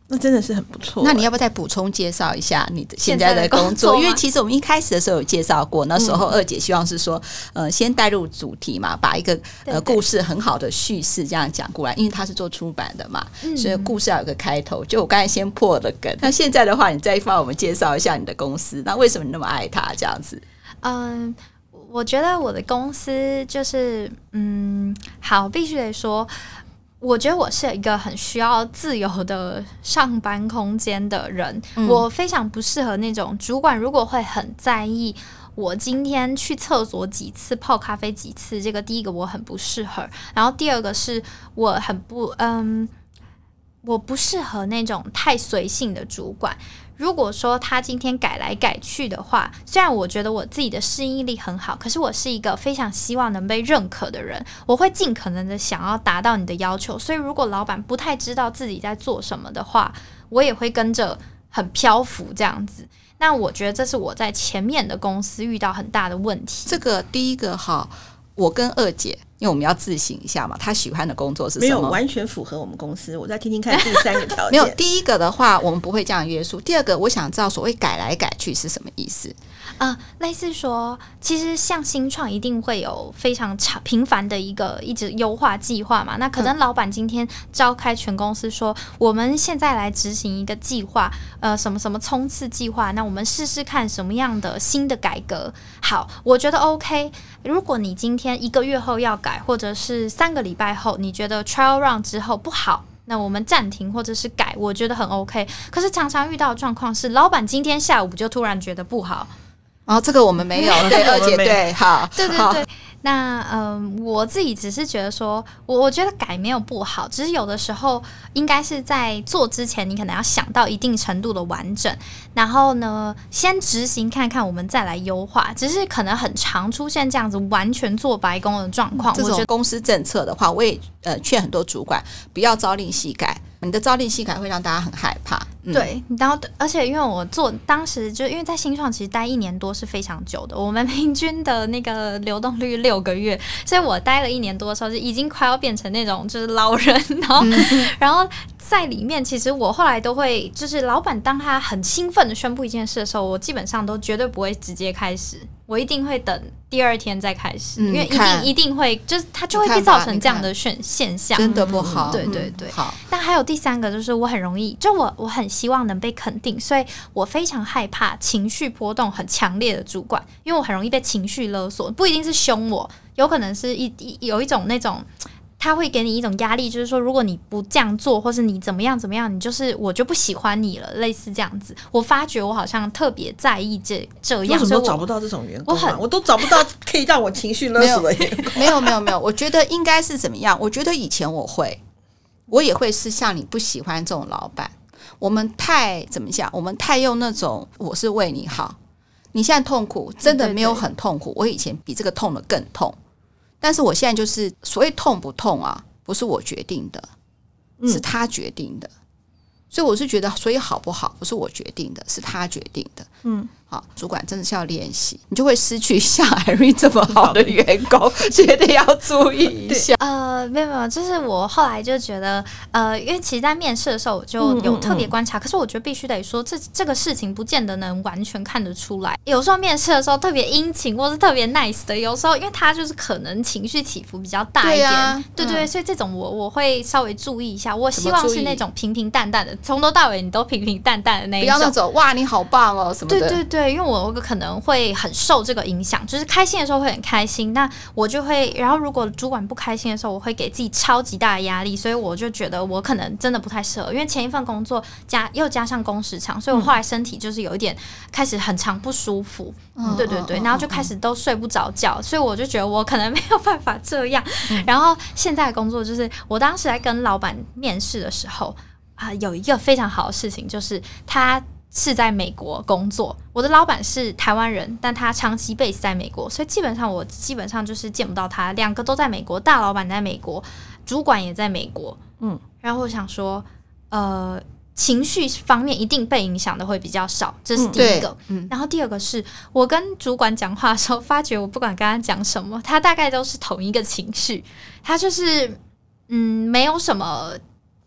Speaker 2: 那真的是很不错。
Speaker 1: 那你要不要再补充介绍一下你的现在的工作？因为其实我们一开始的时候有介绍过，那时候二姐希望是说，呃，先带入主题嘛，把一个呃故事很好的叙事这样讲过来，因为他是做出版的嘛，嗯、所以故事要有个开头。就我刚才先破了梗，那现在的话，你再帮我们介绍一下你的公司，那为什么你那么爱它这样子？
Speaker 3: 嗯，我觉得我的公司就是，嗯，好，必须得说。我觉得我是一个很需要自由的上班空间的人、嗯、我非常不适合那种主管如果会很在意我今天去厕所几次泡咖啡几次，这个第一个我很不适合，然后第二个是我很不嗯，我不适合那种太随性的主管。如果说他今天改来改去的话，虽然我觉得我自己的适应力很好，可是我是一个非常希望能被认可的人，我会尽可能的想要达到你的要求，所以如果老板不太知道自己在做什么的话，我也会跟着很漂浮这样子。那我觉得这是我在前面的公司遇到很大的问题。
Speaker 1: 这个第一个哈，我跟二姐因为我们要自省一下嘛，他喜欢的工作是什么？
Speaker 2: 没有完全符合我们公司。我再听听看第三个条件。
Speaker 1: 没有，第一个的话我们不会这样约束。第二个，我想知道所谓改来改去是什么意思？
Speaker 3: 呃，类似说，其实像新创一定会有非常长频繁的一个一直优化计划嘛。那可能老板今天召开全公司说，嗯、我们现在来执行一个计划，呃，什么什么冲刺计划，那我们试试看什么样的新的改革。好，我觉得 OK。如果你今天一个月后要改，或者是三个礼拜后你觉得 trial run 之后不好，那我们暂停或者是改，我觉得很 OK。可是常常遇到的状况是，老板今天下午就突然觉得不好。
Speaker 1: 然后、哦、这个我们没有，对，二姐对，好，
Speaker 3: 对对对。那嗯，我自己只是觉得说，我我觉得改没有不好，只是有的时候应该是在做之前，你可能要想到一定程度的完整，然后呢，先执行看看，我们再来优化。只是可能很常出现这样子完全做白工的状况。
Speaker 1: 这种公司政策的话，我也呃劝很多主管不要朝令夕改。你的朝令夕改会让大家很害怕。
Speaker 3: 嗯、对，然后而且因为我做当时就因为在新创其实待一年多是非常久的，我们平均的那个流动率六个月，所以我待了一年多的时候就已经快要变成那种就是老人，然后、嗯、然后在里面其实我后来都会就是老板当他很兴奋的宣布一件事的时候，我基本上都绝对不会直接开始，我一定会等第二天再开始，嗯、因为一定一定会就是它就会被造成这样的现现象，
Speaker 1: 真的不好。
Speaker 3: 对对对，
Speaker 1: 嗯、好。
Speaker 3: 但还有第三个就是我很容易，就我我很希望能被肯定，所以我非常害怕情绪波动很强烈的主管，因为我很容易被情绪勒索，不一定是凶我，有可能是一一有一种那种。他会给你一种压力，就是说如果你不这样做，或是你怎么样怎么样，你就是我就不喜欢你了，类似这样子。我发觉我好像特别在意这这样，
Speaker 2: 为什么都找不到这种员工、啊？我很我都找不到可以让我情绪勒索的员工。
Speaker 1: 没有没有没有，我觉得应该是怎么样？我觉得以前我会，我也会是像你不喜欢这种老板。我们太怎么讲？我们太用那种我是为你好，你现在痛苦，真的没有很痛苦。对对对，我以前比这个痛的更痛。但是我现在就是所谓痛不痛啊，不是我决定的，是他决定的。嗯、所以我是觉得，所以好不好不是我决定的，是他决定的。嗯，好，主管真的是要练习，你就会失去像艾瑞这么好的员工，绝对要注意一下。
Speaker 3: 呃，没有没有，就是我后来就觉得，呃，因为其实，在面试的时候我就有特别观察，嗯嗯嗯，可是我觉得必须得说，这这个事情不见得能完全看得出来。有时候面试的时候特别殷勤，或是特别 nice 的，有时候因为他就是可能情绪起伏比较大一点，对啊，对对，嗯、所以这种我我会稍微注意一下。我希望是那种平平淡淡的，从头到尾你都平平淡淡的那一种，
Speaker 1: 不要那种哇你好棒哦什么的。
Speaker 3: 对对对，因为我可能会很受这个影响，就是开心的时候会很开心，那我就会，然后如果主管不开心的时候，我会给自己超级大的压力，所以我就觉得我可能真的不太适合，因为前一份工作加又加上工时长，所以我后来身体就是有一点开始很常不舒服，嗯、对对对，然后就开始都睡不着觉，所以我就觉得我可能没有办法这样。嗯、然后现在的工作就是我当时在跟老板面试的时候啊、呃，有一个非常好的事情，就是他是在美国工作，我的老板是台湾人，但他长期 base 在美国，所以基本上我基本上就是见不到他，两个都在美国，大老板在美国，主管也在美国，嗯，然后我想说，呃，情绪方面一定被影响的会比较少，这是第一个。嗯、然后第二个是我跟主管讲话的时候，发觉我不管跟他讲什么，他大概都是同一个情绪，他就是嗯，没有什么。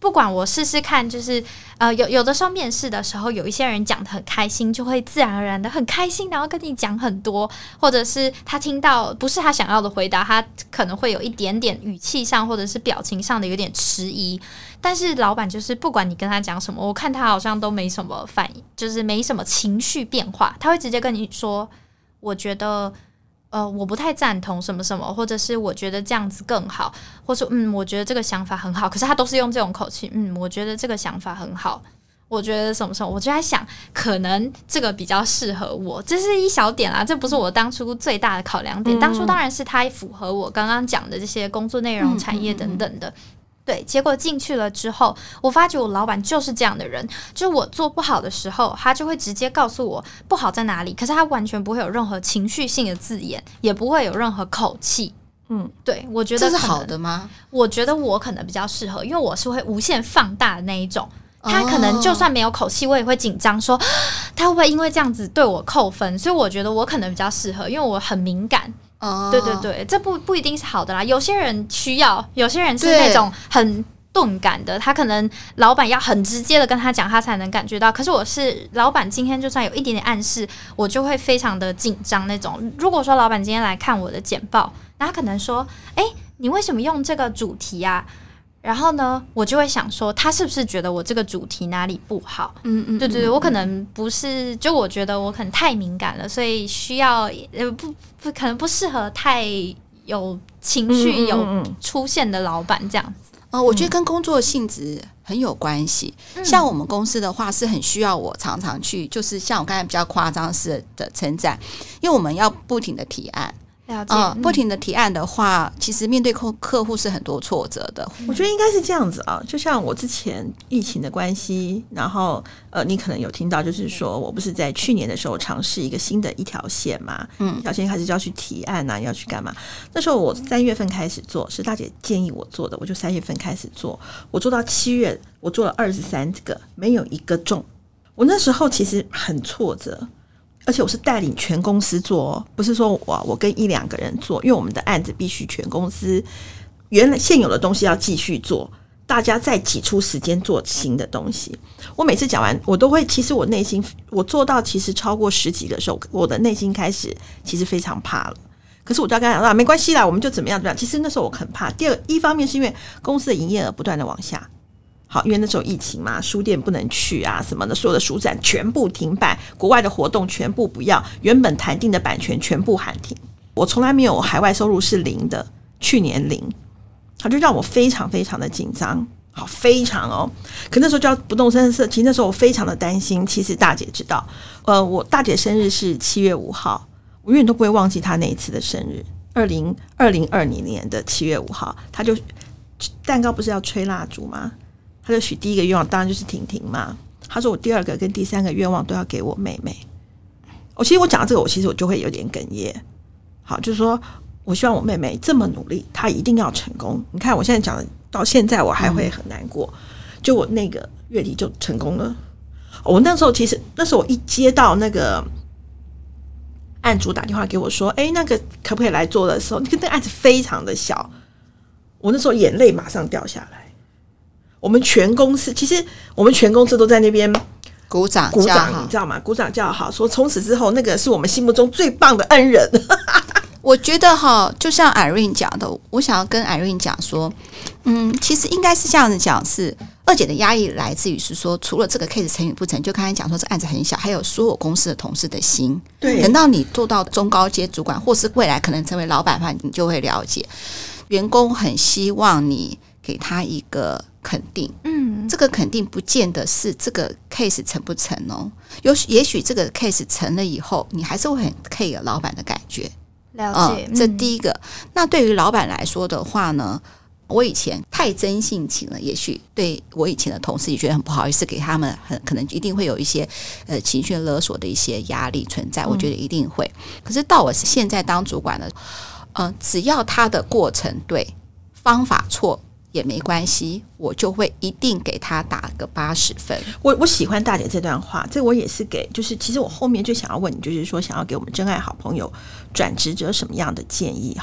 Speaker 3: 不管我试试看，就是呃，有有的时候面试的时候，有一些人讲得很开心，就会自然而然的很开心，然后跟你讲很多，或者是他听到不是他想要的回答，他可能会有一点点语气上或者是表情上的有点迟疑。但是老板就是不管你跟他讲什么，我看他好像都没什么反应，就是没什么情绪变化，他会直接跟你说，我觉得。呃，我不太赞同什么什么，或者是我觉得这样子更好，或者嗯，我觉得这个想法很好，可是他都是用这种口气，嗯，我觉得这个想法很好，我觉得什么什么，我就在想，可能这个比较适合我，这是一小点啦，这不是我当初最大的考量点，嗯、当初当然是它符合我刚刚讲的这些工作内容、产业等等的。嗯嗯嗯对，结果进去了之后，我发觉我老板就是这样的人，就是我做不好的时候，他就会直接告诉我不好在哪里，可是他完全不会有任何情绪性的字眼，也不会有任何口气。嗯，对，我觉得
Speaker 1: 这是好的吗？
Speaker 3: 我觉得我可能比较适合，因为我是会无限放大的那一种。他可能就算没有口气，我也会紧张，说他会不会因为这样子对我扣分？所以我觉得我可能比较适合，因为我很敏感。Oh. 对对对，这不不一定是好的啦。有些人需要，有些人是那种很钝感的，他可能老板要很直接的跟他讲，他才能感觉到。可是我是老板，今天就算有一点点暗示，我就会非常的紧张那种。如果说老板今天来看我的简报，那他可能说：“哎，你为什么用这个主题啊？”然后呢，我就会想说，他是不是觉得我这个主题哪里不好？嗯嗯，对对对，我可能不是，就我觉得我可能太敏感了，所以需要呃不不可能不适合太有情绪有出现的老板这样子。
Speaker 1: 哦，我觉得跟工作性质很有关系。嗯、像我们公司的话，是很需要我常常去，就是像我刚才比较夸张式的称赞，因为我们要不停的提案。
Speaker 3: 了解、
Speaker 1: 呃、不停的提案的话，其实面对客客户是很多挫折的。
Speaker 2: 我觉得应该是这样子啊，就像我之前疫情的关系，然后呃，你可能有听到，就是说我不是在去年的时候尝试一个新的一条线嘛，嗯，一条线开始就要去提案啊，要去干嘛？那时候我三月份开始做，是大姐建议我做的，我就三月份开始做，我做到七月，我做了二十三个，没有一个中。我那时候其实很挫折。而且我是带领全公司做，不是说我我跟一两个人做，因为我们的案子必须全公司原来现有的东西要继续做，大家再挤出时间做新的东西。我每次讲完，我都会，其实我内心我做到其实超过十几个时候，我的内心开始其实非常怕了。可是我就要跟他讲啊，没关系啦，我们就怎么样怎么样。其实那时候我很怕。第二，一方面是因为公司的营业额不断的往下。好，因为那时候疫情嘛，书店不能去啊，什么的，所有的书展全部停摆，国外的活动全部不要，原本谈定的版权全部喊停。我从来没有海外收入是零的，去年零，它就让我非常非常的紧张，好，非常哦。可那时候叫不动声色，其实那时候我非常的担心。其实大姐知道，呃，我大姐生日是七月五号，我永远都不会忘记她那一次的生日，二零二零二零年的七月五号，她就蛋糕不是要吹蜡烛吗？他就许第一个愿望当然就是婷婷嘛，他说我第二个跟第三个愿望都要给我妹妹。我、哦、其实我讲到这个，我其实我就会有点哽咽。好，就是说我希望我妹妹这么努力，她一定要成功。你看我现在讲的到现在我还会很难过，就我那个月底就成功了。我那时候其实那时候我一接到那个案主打电话给我说，哎，那个可不可以来做的时候，那个案子非常的小，我那时候眼泪马上掉下来。我们全公司，其实我们全公司都在那边
Speaker 1: 鼓掌
Speaker 2: 鼓掌，你知道吗？鼓掌叫好，说从此之后那个是我们心目中最棒的恩人。
Speaker 1: 我觉得哈，就像 Irene 讲的，我想要跟 Irene 讲说，嗯，其实应该是这样子讲，是二姐的压力来自于是说，除了这个 case 成与不成，就刚才讲说这案子很小，还有所有公司的同事的心。对，等到你做到中高阶主管，或是未来可能成为老板的话，你就会了解，员工很希望你给他一个肯定，嗯，这个肯定不见得是这个 case 成不成哦，有也许这个 case 成了以后，你还是会很 care 老板的感觉，
Speaker 3: 了解。
Speaker 1: 嗯、这第一个。那对于老板来说的话呢，我以前太真性情了，也许对我以前的同事也觉得很不好意思，给他们很可能一定会有一些呃情绪勒索的一些压力存在，我觉得一定会。可是到我现在当主管了，呃，只要他的过程对，方法错。也没关系，我就会一定给他打个八十分。
Speaker 2: 我我喜欢大姐这段话，这我也是给，就是其实我后面就想要问你，就是说想要给我们真爱好朋友转职者什么样的建议哈？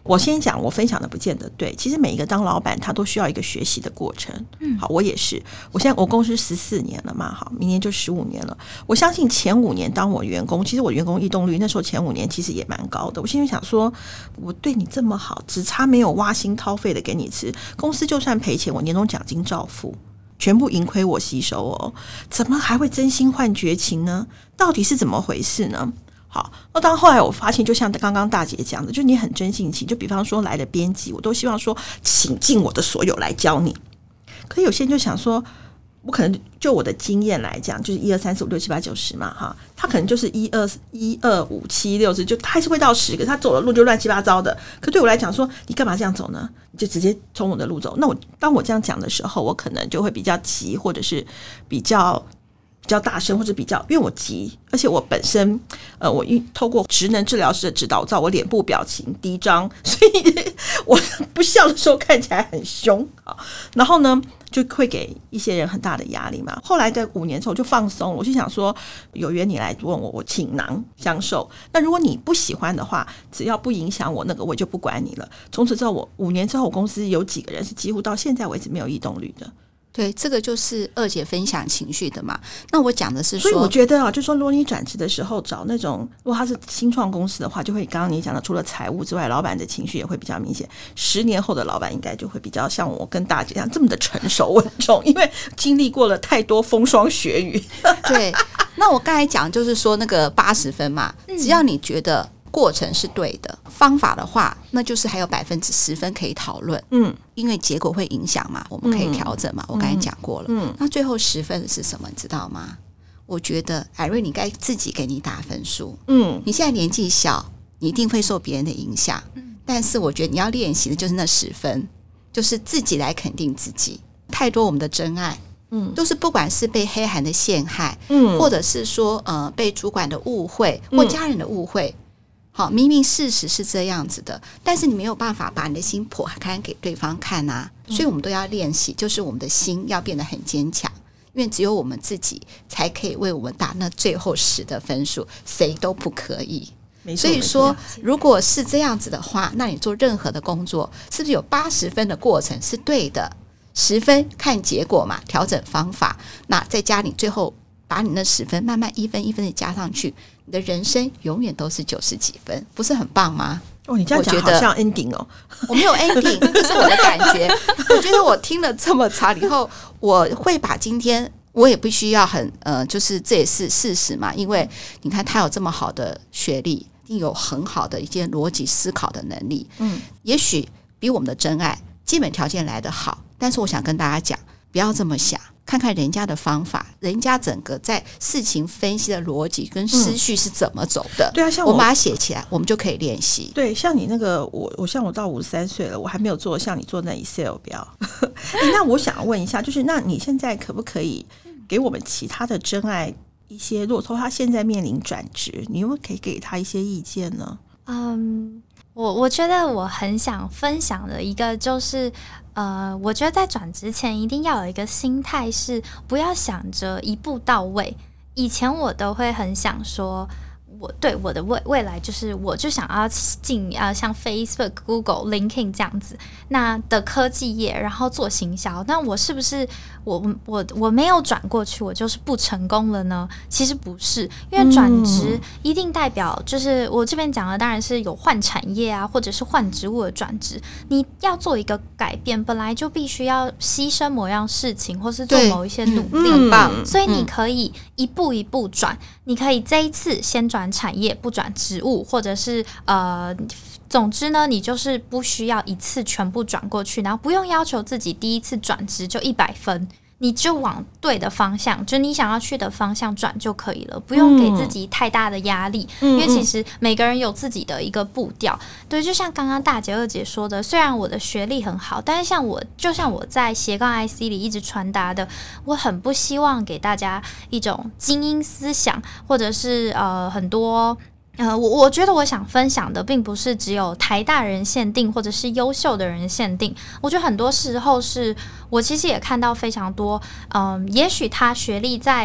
Speaker 2: 我先讲，我分享的不见得对。其实每一个当老板，他都需要一个学习的过程。嗯，好，我也是。我现在我公司十四年了嘛，好，明年就十五年了。我相信前五年当我员工，其实我员工异动率那时候前五年其实也蛮高的。我心里想说，我对你这么好，只差没有挖心掏肺的给你吃，公司就算赔钱，我年终奖金照付。全部盈亏我吸收哦，怎么还会真心换绝情呢？到底是怎么回事呢？好，那当后来我发现，就像刚刚大姐讲的，就你很真性情，就比方说来的编辑，我都希望说，请尽我的所有来教你。可有些人就想说，我可能就我的经验来讲，就是一二三四五六七八九十嘛，哈，他可能就是一二一二五七六十，就他还是会到十个，他走的路就乱七八糟的。可对我来讲说，你干嘛这样走呢？你就直接从我的路走。那我当我这样讲的时候，我可能就会比较急，或者是比较比较大声，或者比较因为我急，而且我本身呃，我透过职能治疗师的指导，照我脸部表情低张，所以我不笑的时候看起来很凶啊。然后呢，就会给一些人很大的压力嘛。后来在五年之后就放松了，我就想说，有缘你来问我，我倾囊相授。那如果你不喜欢的话，只要不影响我那个，我就不管你了。从此之后，我五年之后，我公司有几个人是几乎到现在为止没有异动率的。
Speaker 1: 对，这个就是二姐分享情绪的嘛。那我讲的是说，
Speaker 2: 所以我觉得啊，就说如果你转职的时候找那种，如果他是新创公司的话，就会刚刚你讲的，除了财务之外，老板的情绪也会比较明显。十年后的老板应该就会比较像我跟大姐一样这么的成熟稳重，因为经历过了太多风霜雪雨。
Speaker 1: 对，那我刚才讲就是说那个八十分嘛，只要你觉得过程是对的，方法的话，那就是还有百分之十分可以讨论。嗯，因为结果会影响嘛，我们可以调整嘛。嗯、我刚才讲过了。嗯，那最后十分的是什么？你知道吗？我觉得艾瑞，你该自己给你打分数。嗯，你现在年纪小，你一定会受别人的影响。嗯，但是我觉得你要练习的就是那十分，就是自己来肯定自己。太多我们的真爱。嗯，都是不管是被黑函的陷害，嗯，或者是说呃被主管的误会或家人的误会。好，明明事实是这样子的，但是你没有办法把你的心剖开给对方看啊，所以我们都要练习，就是我们的心要变得很坚强，因为只有我们自己才可以为我们打那最后十的分数，谁都不可以。所以说，如果是这样子的话，那你做任何的工作，是不是有八十分的过程是对的？十分看结果嘛，调整方法，那再加你最后把你那十分慢慢一分一分的加上去，你的人生永远都是九十几分，不是很棒吗？
Speaker 2: 哦，你这样讲好像 ending 哦，
Speaker 1: 我没有 ending， 这是我的感觉。我觉得我听了这么长以后，我会把今天我也不需要很呃，就是这也是事实嘛，因为你看他有这么好的学历，一定有很好的一些逻辑思考的能力，嗯，也许比我们的真爱基本条件来得好，但是我想跟大家讲，不要这么想。看看人家的方法，人家整个在事情分析的逻辑跟思绪是怎么走的。嗯、对啊，像 我, 我把它写起来，我们就可以练习。
Speaker 2: 对，像你那个，我我像我到五十三岁了，我还没有做像你做那 Excel 表。欸、那我想问一下，就是那你现在可不可以给我们其他的真爱一些？如果说他现在面临转职，你有没有可以给他一些意见呢？
Speaker 3: 嗯，我我觉得我很想分享的一个就是。呃，我觉得在转职前一定要有一个心态是不要想着一步到位。以前我都会很想说，我对我的未未来就是我就想要进呃像 Facebook、Google、LinkedIn 这样子那的科技业，然后做行销。那我是不是我我我没有转过去，我就是不成功了呢？其实不是，因为转职一定代表就是我这边讲的，当然是有换产业啊，或者是换职务的转职。你要做一个改变，本来就必须要牺牲某样事情，或是做某一些努力，很棒。嗯、所以你可以一步一步转，你可以这一次先转产业，不转职务，或者是呃。总之呢，你就是不需要一次全部转过去，然后不用要求自己第一次转职就一百分，你就往对的方向，就你想要去的方向转就可以了，不用给自己太大的压力，嗯、因为其实每个人有自己的一个步调。对，就像刚刚大姐二姐说的，虽然我的学历很好，但是像我，就像我在斜杠 I C 里一直传达的，我很不希望给大家一种精英思想，或者是呃很多。呃，我我觉得我想分享的并不是只有台大人限定或者是优秀的人限定，我觉得很多时候是我其实也看到非常多，嗯、呃，也许他学历在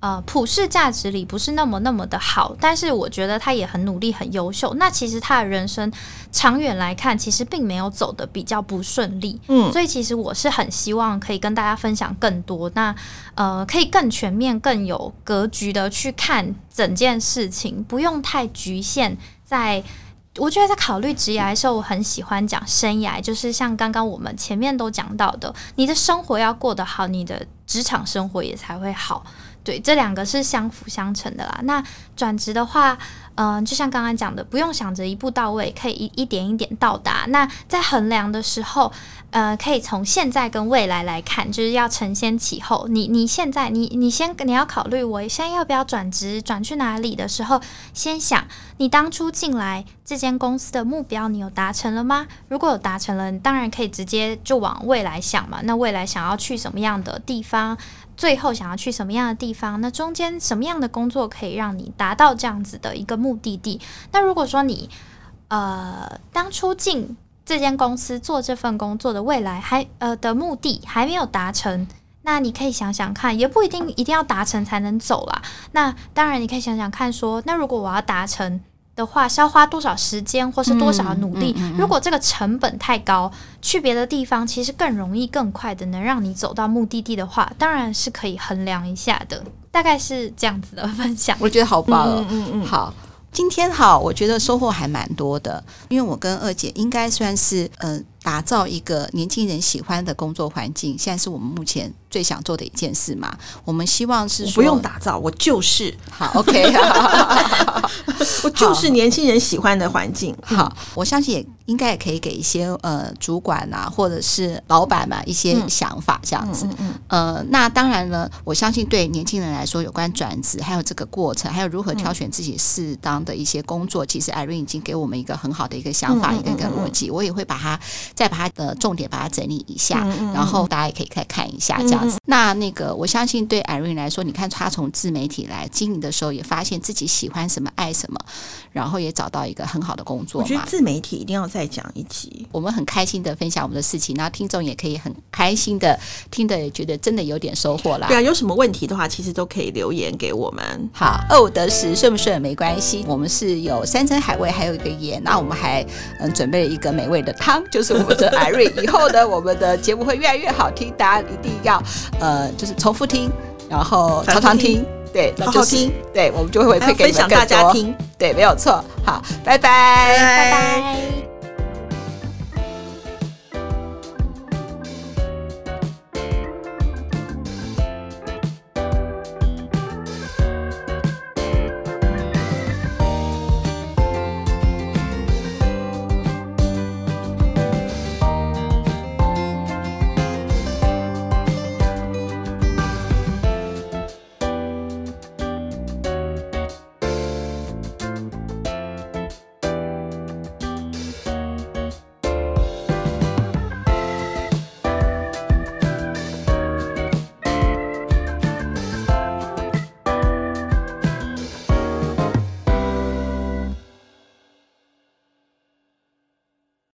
Speaker 3: 呃，普世价值里不是那么那么的好，但是我觉得他也很努力很优秀，那其实他的人生长远来看其实并没有走得比较不顺利，嗯，所以其实我是很希望可以跟大家分享更多，那呃可以更全面更有格局的去看整件事情，不用太局限在我觉得在考虑职涯的时候，我很喜欢讲生涯，就是像刚刚我们前面都讲到的，你的生活要过得好，你的职场生活也才会好。对，这两个是相辅相成的啦。那转职的话，嗯、呃，就像刚刚讲的，不用想着一步到位，可以一一点一点到达。那在衡量的时候，呃，可以从现在跟未来来看，就是要承先启后。你你现在你你先你要考虑，我现在要不要转职，转去哪里的时候，先想你当初进来这间公司的目标，你有达成了吗？如果有达成了，你当然可以直接就往未来想嘛。那未来想要去什么样的地方？最后想要去什么样的地方？那中间什么样的工作可以让你达到这样子的一个目的地？那如果说你呃当初进这间公司做这份工作的未来还呃的目的还没有达成，那你可以想想看，也不一定一定要达成才能走啦。那当然你可以想想看说，那如果我要达成的话，是要花多少时间或是多少努力、嗯嗯嗯、如果这个成本太高，去别的地方其实更容易更快的能让你走到目的地的话，当然是可以衡量一下的，大概是这样子的分享。
Speaker 1: 我觉得好棒哦。
Speaker 2: 嗯嗯嗯，
Speaker 1: 好，今天好，我觉得收获还蛮多的，因为我跟二姐应该算是呃打造一个年轻人喜欢的工作环境，现在是我们目前最想做的一件事嘛。我们希望是说
Speaker 2: 不用打造，我就是
Speaker 1: 好 OK
Speaker 2: 我就是年轻人喜欢的环境。
Speaker 1: 好，我相信也应该也可以给一些呃主管啊或者是老板嘛一些想法这样子。嗯嗯嗯呃，那当然呢，我相信对年轻人来说，有关转职还有这个过程，还有如何挑选自己适当的一些工作，嗯、其实 Irene 已经给我们一个很好的一个想法，嗯、一个一个逻辑。我也会把它再把它的重点把它整理一下，嗯嗯嗯然后大家也可以再看一下这样子。嗯嗯那那个我相信对 Irene 来说，你看她从自媒体来经营的时候，也发现自己喜欢什么爱什么，然后也找到一个很好的工作嘛。
Speaker 2: 我觉得自媒体一定要再讲一集，
Speaker 1: 我们很开心的分享我们的事情，然后听众也可以很开心的听的，也觉得真的有点收获啦。
Speaker 2: 对啊，有什么问题的话，其实都可以留言给我们。
Speaker 1: 好，二五得十，顺不顺没关系。我们是有山珍海味，还有一个盐，然后我们还嗯准备了一个美味的汤，就是我们的 Irene。以后呢，我们的节目会越来越好听，大家一定要呃就是重复听，然后常常听。对，
Speaker 2: 好好听，
Speaker 1: 对，我们就会回馈给你们更多，
Speaker 2: 分享大家听，
Speaker 1: 对，没有错。好，拜拜，
Speaker 3: 拜拜。